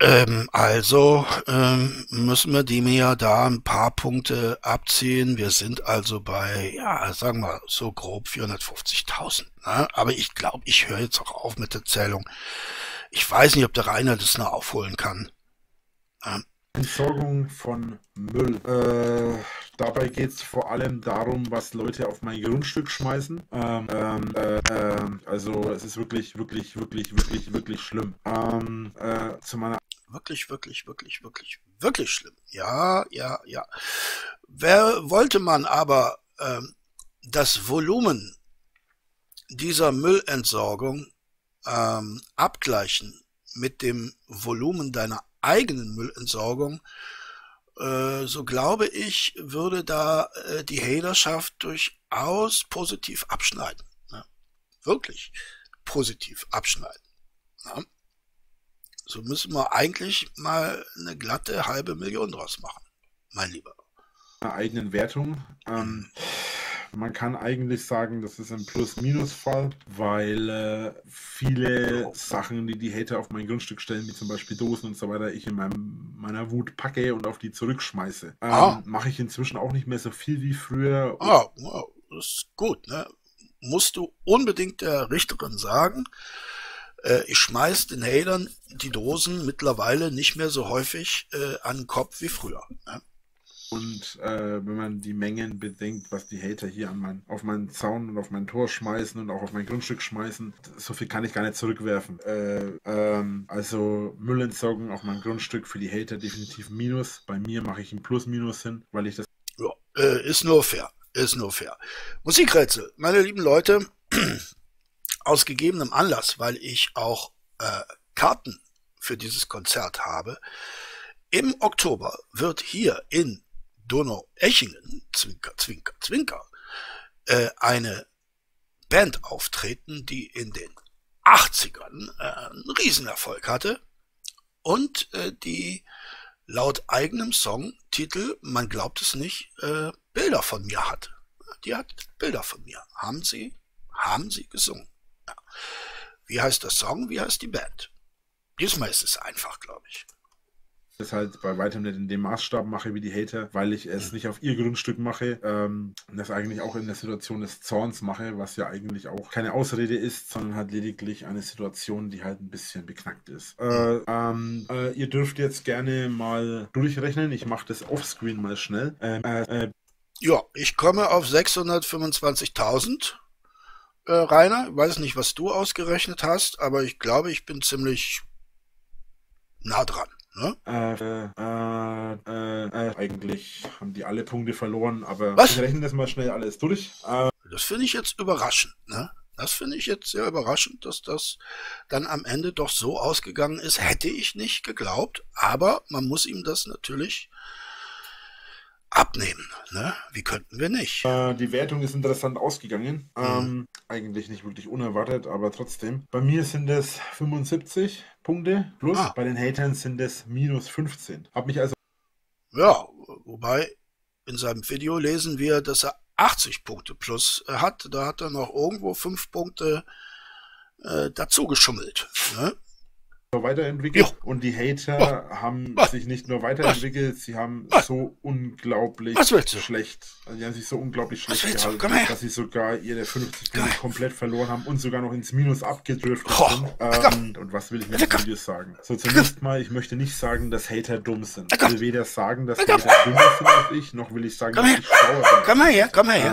Müssen wir dem ja da ein paar Punkte abziehen. Wir sind also bei, ja, sagen wir so grob 450.000. Ne? Aber ich glaube, ich höre jetzt auch auf mit der Zählung. Ich weiß nicht, ob der Rainer das noch aufholen kann.
Entsorgung von Müll. Dabei geht es vor allem darum, was Leute auf mein Grundstück schmeißen. Also es ist wirklich, wirklich, wirklich, wirklich, wirklich schlimm. Zu meiner
Wirklich, wirklich, wirklich, wirklich, wirklich schlimm. Ja, ja, ja. Wollte man aber das Volumen dieser Müllentsorgung abgleichen mit dem Volumen deiner eigenen Müllentsorgung, so glaube ich, würde da die Haterschaft durchaus positiv abschneiden. Ne? Wirklich positiv abschneiden. Ne? So müssen wir eigentlich mal eine glatte 500.000 draus machen, mein Lieber.
eigenen Wertung. Man kann eigentlich sagen, das ist ein Plus-Minus-Fall, weil viele Sachen, die die Hater auf mein Grundstück stellen, wie zum Beispiel Dosen und so weiter, ich in meiner Wut packe und auf die zurückschmeiße. Mache ich inzwischen auch nicht mehr so viel wie früher.
Wow, das ist gut, ne? Musst du unbedingt der Richterin sagen, ich schmeiß den Hatern die Dosen mittlerweile nicht mehr so häufig an den Kopf wie früher. Ne?
Und wenn man die Mengen bedenkt, was die Hater hier auf meinen Zaun und auf mein Tor schmeißen und auch auf mein Grundstück schmeißen, so viel kann ich gar nicht zurückwerfen. Also Müllentsorgung auf mein Grundstück für die Hater definitiv Minus. Bei mir mache ich ein Plus-Minus hin, weil ich das...
Ja, ist nur fair. Ist nur fair. Musikrätsel, meine lieben Leute, aus gegebenem Anlass, weil ich auch Karten für dieses Konzert habe. Im Oktober wird hier in Donaueschingen, Zwinker, Zwinker, Zwinker, eine Band auftreten, die in den 80ern einen Riesenerfolg hatte und die laut eigenem Songtitel, man glaubt es nicht, Bilder von mir hat. Die hat Bilder von mir. Haben sie gesungen. Ja. Wie heißt der Song? Wie heißt die Band? Diesmal ist es einfach, glaube ich.
Das halt bei weitem nicht in dem Maßstab mache wie die Hater, weil ich es nicht auf ihr Grundstück mache, das eigentlich auch in der Situation des Zorns mache, was ja eigentlich auch keine Ausrede ist, sondern halt lediglich eine Situation, die halt ein bisschen beknackt ist. Ihr dürft jetzt gerne mal durchrechnen, ich mache das offscreen mal schnell.
Ja, ich komme auf 625.000. Rainer, ich weiß nicht, was du ausgerechnet hast, aber ich glaube, ich bin ziemlich nah dran. Ne?
Eigentlich haben die alle Punkte verloren, aber
Was?
wir rechnen das mal schnell alles durch.
Das finde ich jetzt überraschend. Ne? Das finde ich jetzt sehr überraschend, dass das dann am Ende doch so ausgegangen ist. Hätte ich nicht geglaubt, aber man muss ihm das natürlich abnehmen. Ne? Wie könnten wir nicht?
Die Wertung ist interessant ausgegangen. Eigentlich nicht wirklich unerwartet, aber trotzdem. Bei mir sind es 75 Punkte plus. Bei den Hatern sind es minus 15. Hab mich also...
Ja, wobei in seinem Video lesen wir, dass er 80 Punkte plus hat. Da hat er noch irgendwo 5 Punkte dazu geschummelt. Ne?
Weiterentwickelt und die Hater haben sich nicht nur weiterentwickelt, sie haben so unglaublich schlecht, also die haben sich so unglaublich schlecht gehalten, dass sie sogar ihre 50 Punkte komplett verloren haben und sogar noch ins Minus abgedriftet sind. Und was will ich mit dem Video sagen? So, zunächst mal, ich möchte nicht sagen, dass Hater dumm sind. Ich will weder sagen, dass Hater dümmer sind als ich, noch will ich sagen, dass ich schlauer bin.
Komm mal her.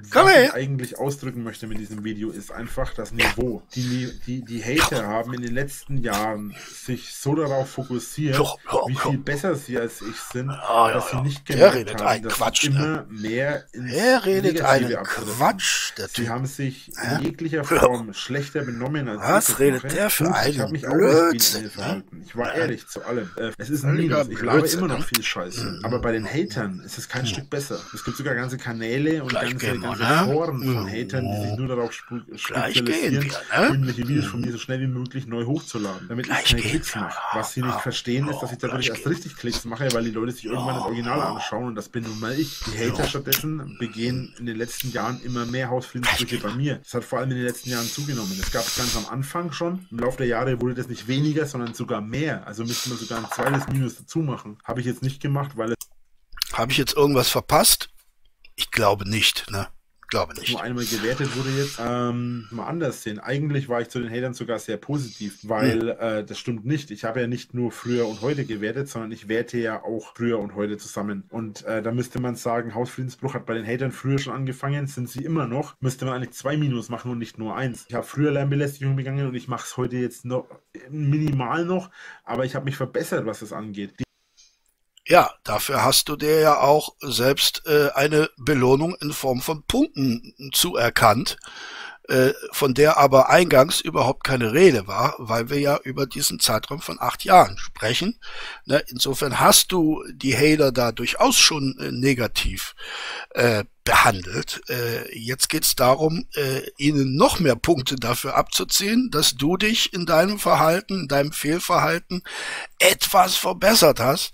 Komm
Was
her.
ich eigentlich ausdrücken möchte mit diesem Video, ist einfach das Niveau. Die Hater haben in den letzten Jahren sich so darauf fokussiert, wie viel besser sie als ich sind, dass sie nicht
Der
gemerkt
redet
haben,
einen
dass
Quatsch,
sie immer mehr ins
Er redet
Negative
einen
abdriften.
Quatsch, der
Sie
Typ.
haben sich in jeglicher Form schlechter benommen als
Was
ich es
redet
mache.
der für
Gut, ich
einen
habe mich auch
Blödsinn,
nicht gegen
ne?
verhalten. Ich war ehrlich zu allem. Es ist ein
Völliger
Minus. Ich laber
Blödsinn,
immer noch
ne?
viel Scheiße. Aber bei den Hatern ist es kein Stück besser. Es gibt sogar ganze Kanäle und
Gleich
ganze
gehen wir,
Foren
ne?
von Hatern, die sich nur darauf
Gleich gehen
spezialisieren,
wir, ne?
irgendwelche Videos von mir so schnell wie möglich neu hochzuladen, damit
Gleich
ich keine
gehen
Klicks
wir.
mache. Was sie nicht verstehen, ist, dass ich dadurch
gleich
erst
gehen.
richtig Klicks mache, weil die Leute sich irgendwann das Original anschauen und das bin nun mal ich. Die Hater stattdessen begehen in den letzten Jahren immer mehr Hausfriedensbrüche bei mir. Das hat vor allem in den letzten Jahren zugenommen. Es gab es ganz am Anfang schon. Im Laufe der Jahre wurde das nicht weniger, sondern sogar mehr. Also müsste man sogar ein zweites Minus dazu machen. Habe ich jetzt nicht gemacht, weil es
Habe ich jetzt irgendwas verpasst? Ich glaube nicht, ne? Glaube nicht.
nur einmal gewertet wurde jetzt. Mal anders sehen. Eigentlich war ich zu den Hatern sogar sehr positiv, weil das stimmt nicht. Ich habe ja nicht nur früher und heute gewertet, sondern ich werte ja auch früher und heute zusammen. Und da müsste man sagen, Hausfriedensbruch hat bei den Hatern früher schon angefangen, sind sie immer noch. Müsste man eigentlich 2 Minus machen und nicht nur 1. Ich habe früher Lärmbelästigung begangen und ich mache es heute jetzt noch minimal noch, aber ich habe mich verbessert, was das angeht.
Ja, dafür hast du dir ja auch selbst eine Belohnung in Form von Punkten zuerkannt, von der aber eingangs überhaupt keine Rede war, weil wir ja über diesen Zeitraum von 8 Jahren sprechen. Ne, insofern hast du die Hater da durchaus schon negativ behandelt. Jetzt geht's darum, ihnen noch mehr Punkte dafür abzuziehen, dass du dich in deinem Verhalten, in deinem Fehlverhalten etwas verbessert hast.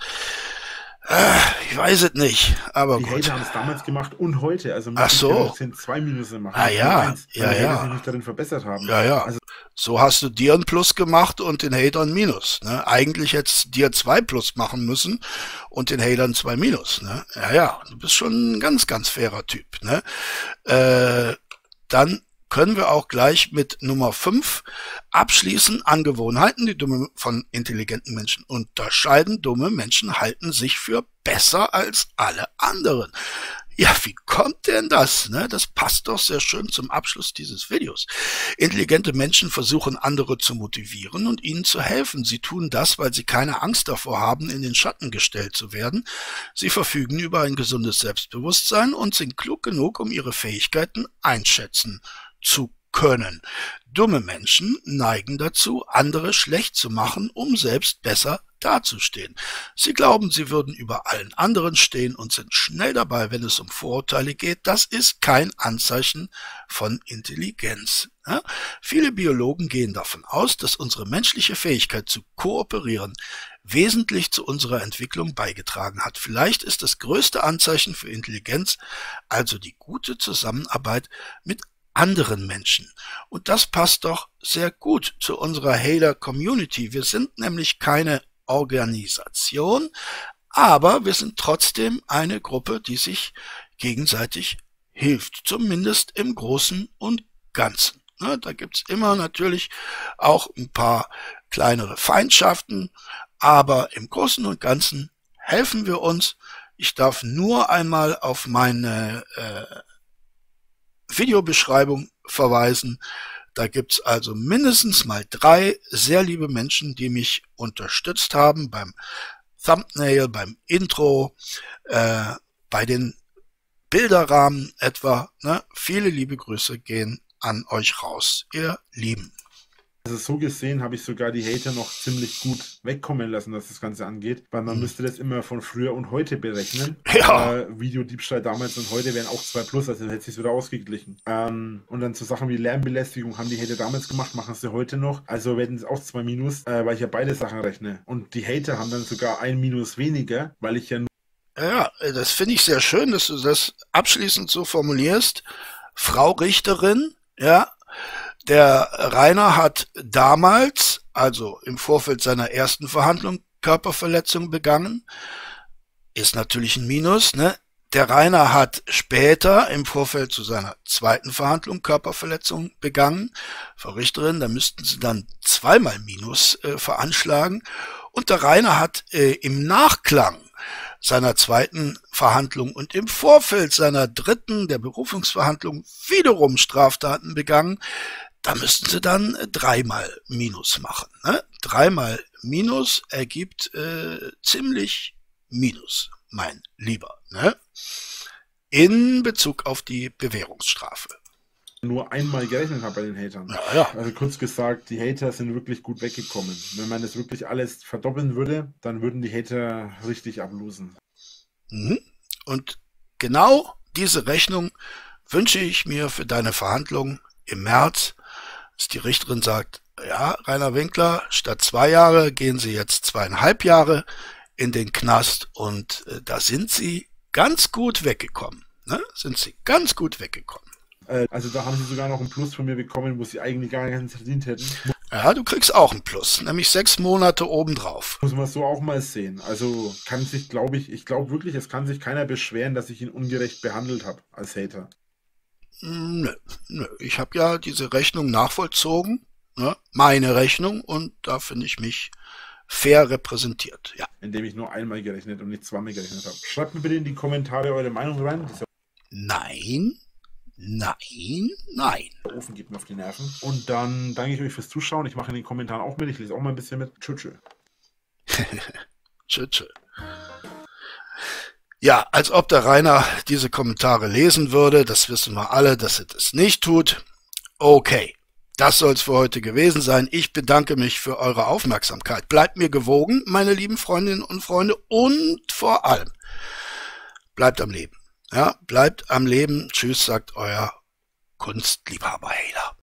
Ich weiß es nicht, aber
Die
gut.
Hater haben es damals gemacht und heute. Also
Ach so.
sind 2 Minus machen.
Ah ja,
Eins,
ja,
weil die
ja.
Hater sich nicht darin verbessert haben.
Ja, ja.
Also
So hast du dir ein Plus gemacht und den Hatern ein Minus. Ne? Eigentlich hättest dir 2 Plus machen müssen und den Hatern 2 Minus. Ne? Ja, ja, du bist schon ein ganz, ganz fairer Typ. Ne? Dann können wir auch gleich mit Nummer 5 abschließen. Angewohnheiten, die dumme von intelligenten Menschen unterscheiden. Dumme Menschen halten sich für besser als alle anderen. Ja, wie kommt denn das? Ne? Das passt doch sehr schön zum Abschluss dieses Videos. Intelligente Menschen versuchen, andere zu motivieren und ihnen zu helfen. Sie tun das, weil sie keine Angst davor haben, in den Schatten gestellt zu werden. Sie verfügen über ein gesundes Selbstbewusstsein und sind klug genug, um ihre Fähigkeiten einschätzen zu können. Dumme Menschen neigen dazu, andere schlecht zu machen, um selbst besser dazustehen. Sie glauben, sie würden über allen anderen stehen und sind schnell dabei, wenn es um Vorurteile geht. Das ist kein Anzeichen von Intelligenz. Ja? Viele Biologen gehen davon aus, dass unsere menschliche Fähigkeit zu kooperieren wesentlich zu unserer Entwicklung beigetragen hat. Vielleicht ist das größte Anzeichen für Intelligenz also die gute Zusammenarbeit mit anderen Menschen. Und das passt doch sehr gut zu unserer Hater-Community. Wir sind nämlich keine Organisation, aber wir sind trotzdem eine Gruppe, die sich gegenseitig hilft, zumindest im Großen und Ganzen. Ne, da gibt's immer natürlich auch ein paar kleinere Feindschaften, aber im Großen und Ganzen helfen wir uns. Ich darf nur einmal auf meine Videobeschreibung verweisen. Da gibt's also mindestens mal 3 sehr liebe Menschen, die mich unterstützt haben beim Thumbnail, beim Intro, bei den Bilderrahmen etwa. Ne? Viele liebe Grüße gehen an euch raus, ihr Lieben.
Also so gesehen habe ich sogar die Hater noch ziemlich gut wegkommen lassen, was das Ganze angeht, weil man müsste das immer von früher und heute berechnen.
Ja.
Videodiebstahl damals und heute wären auch 2 Plus, also hätte sich wieder ausgeglichen. Und dann so Sachen wie Lärmbelästigung haben die Hater damals gemacht, machen sie heute noch. Also werden es auch 2 Minus, weil ich ja beide Sachen rechne. Und die Hater haben dann sogar 1 Minus weniger, weil ich ja nur...
Ja, das finde ich sehr schön, dass du das abschließend so formulierst. Frau Richterin, ja, der Rainer hat damals, also im Vorfeld seiner ersten Verhandlung, Körperverletzung begangen. Ist natürlich ein Minus, ne? Der Rainer hat später im Vorfeld zu seiner zweiten Verhandlung Körperverletzung begangen. Frau Richterin, da müssten Sie dann 2-mal Minus veranschlagen. Und der Rainer hat im Nachklang seiner zweiten Verhandlung und im Vorfeld seiner dritten, der Berufungsverhandlung, wiederum Straftaten begangen, da müssten sie dann 3-mal Minus machen. Ne? 3-mal Minus ergibt ziemlich Minus, mein Lieber. Ne? In Bezug auf die Bewährungsstrafe.
Nur einmal gerechnet habe bei den Hatern.
Ja.
Also kurz gesagt, die Hater sind wirklich gut weggekommen. Wenn man das wirklich alles verdoppeln würde, dann würden die Hater richtig ablosen.
Und genau diese Rechnung wünsche ich mir für deine Verhandlung im März, dass die Richterin sagt, ja, Rainer Winkler, statt 2 Jahre gehen Sie jetzt 2,5 Jahre in den Knast und da sind Sie ganz gut weggekommen. Ne? Sind Sie ganz gut weggekommen.
Also da haben sie sogar noch einen Plus von mir bekommen, wo sie eigentlich gar nicht verdient hätten.
Ja, du kriegst auch einen Plus, nämlich 6 Monate obendrauf.
Muss man so auch mal sehen. Also kann sich, glaube ich glaube wirklich, es kann sich keiner beschweren, dass ich ihn ungerecht behandelt habe als Hater.
Nö. Ich habe ja diese Rechnung nachvollzogen, ne? Meine Rechnung, und da finde ich mich fair repräsentiert. Ja.
Indem ich nur einmal gerechnet und nicht 2-mal gerechnet habe. Schreibt mir bitte in die Kommentare eure Meinung rein.
Nein.
Der Ofen geht mir auf die Nerven. Und dann danke ich euch fürs Zuschauen. Ich mache in den Kommentaren auch mit. Ich lese auch mal ein bisschen mit. Tschüss.
Tschüss. Ja, als ob der Rainer diese Kommentare lesen würde. Das wissen wir alle, dass er das nicht tut. Okay, das soll es für heute gewesen sein. Ich bedanke mich für eure Aufmerksamkeit. Bleibt mir gewogen, meine lieben Freundinnen und Freunde. Und vor allem, bleibt am Leben. Ja, bleibt am Leben. Tschüss, sagt euer Kunstliebhaber Hailer.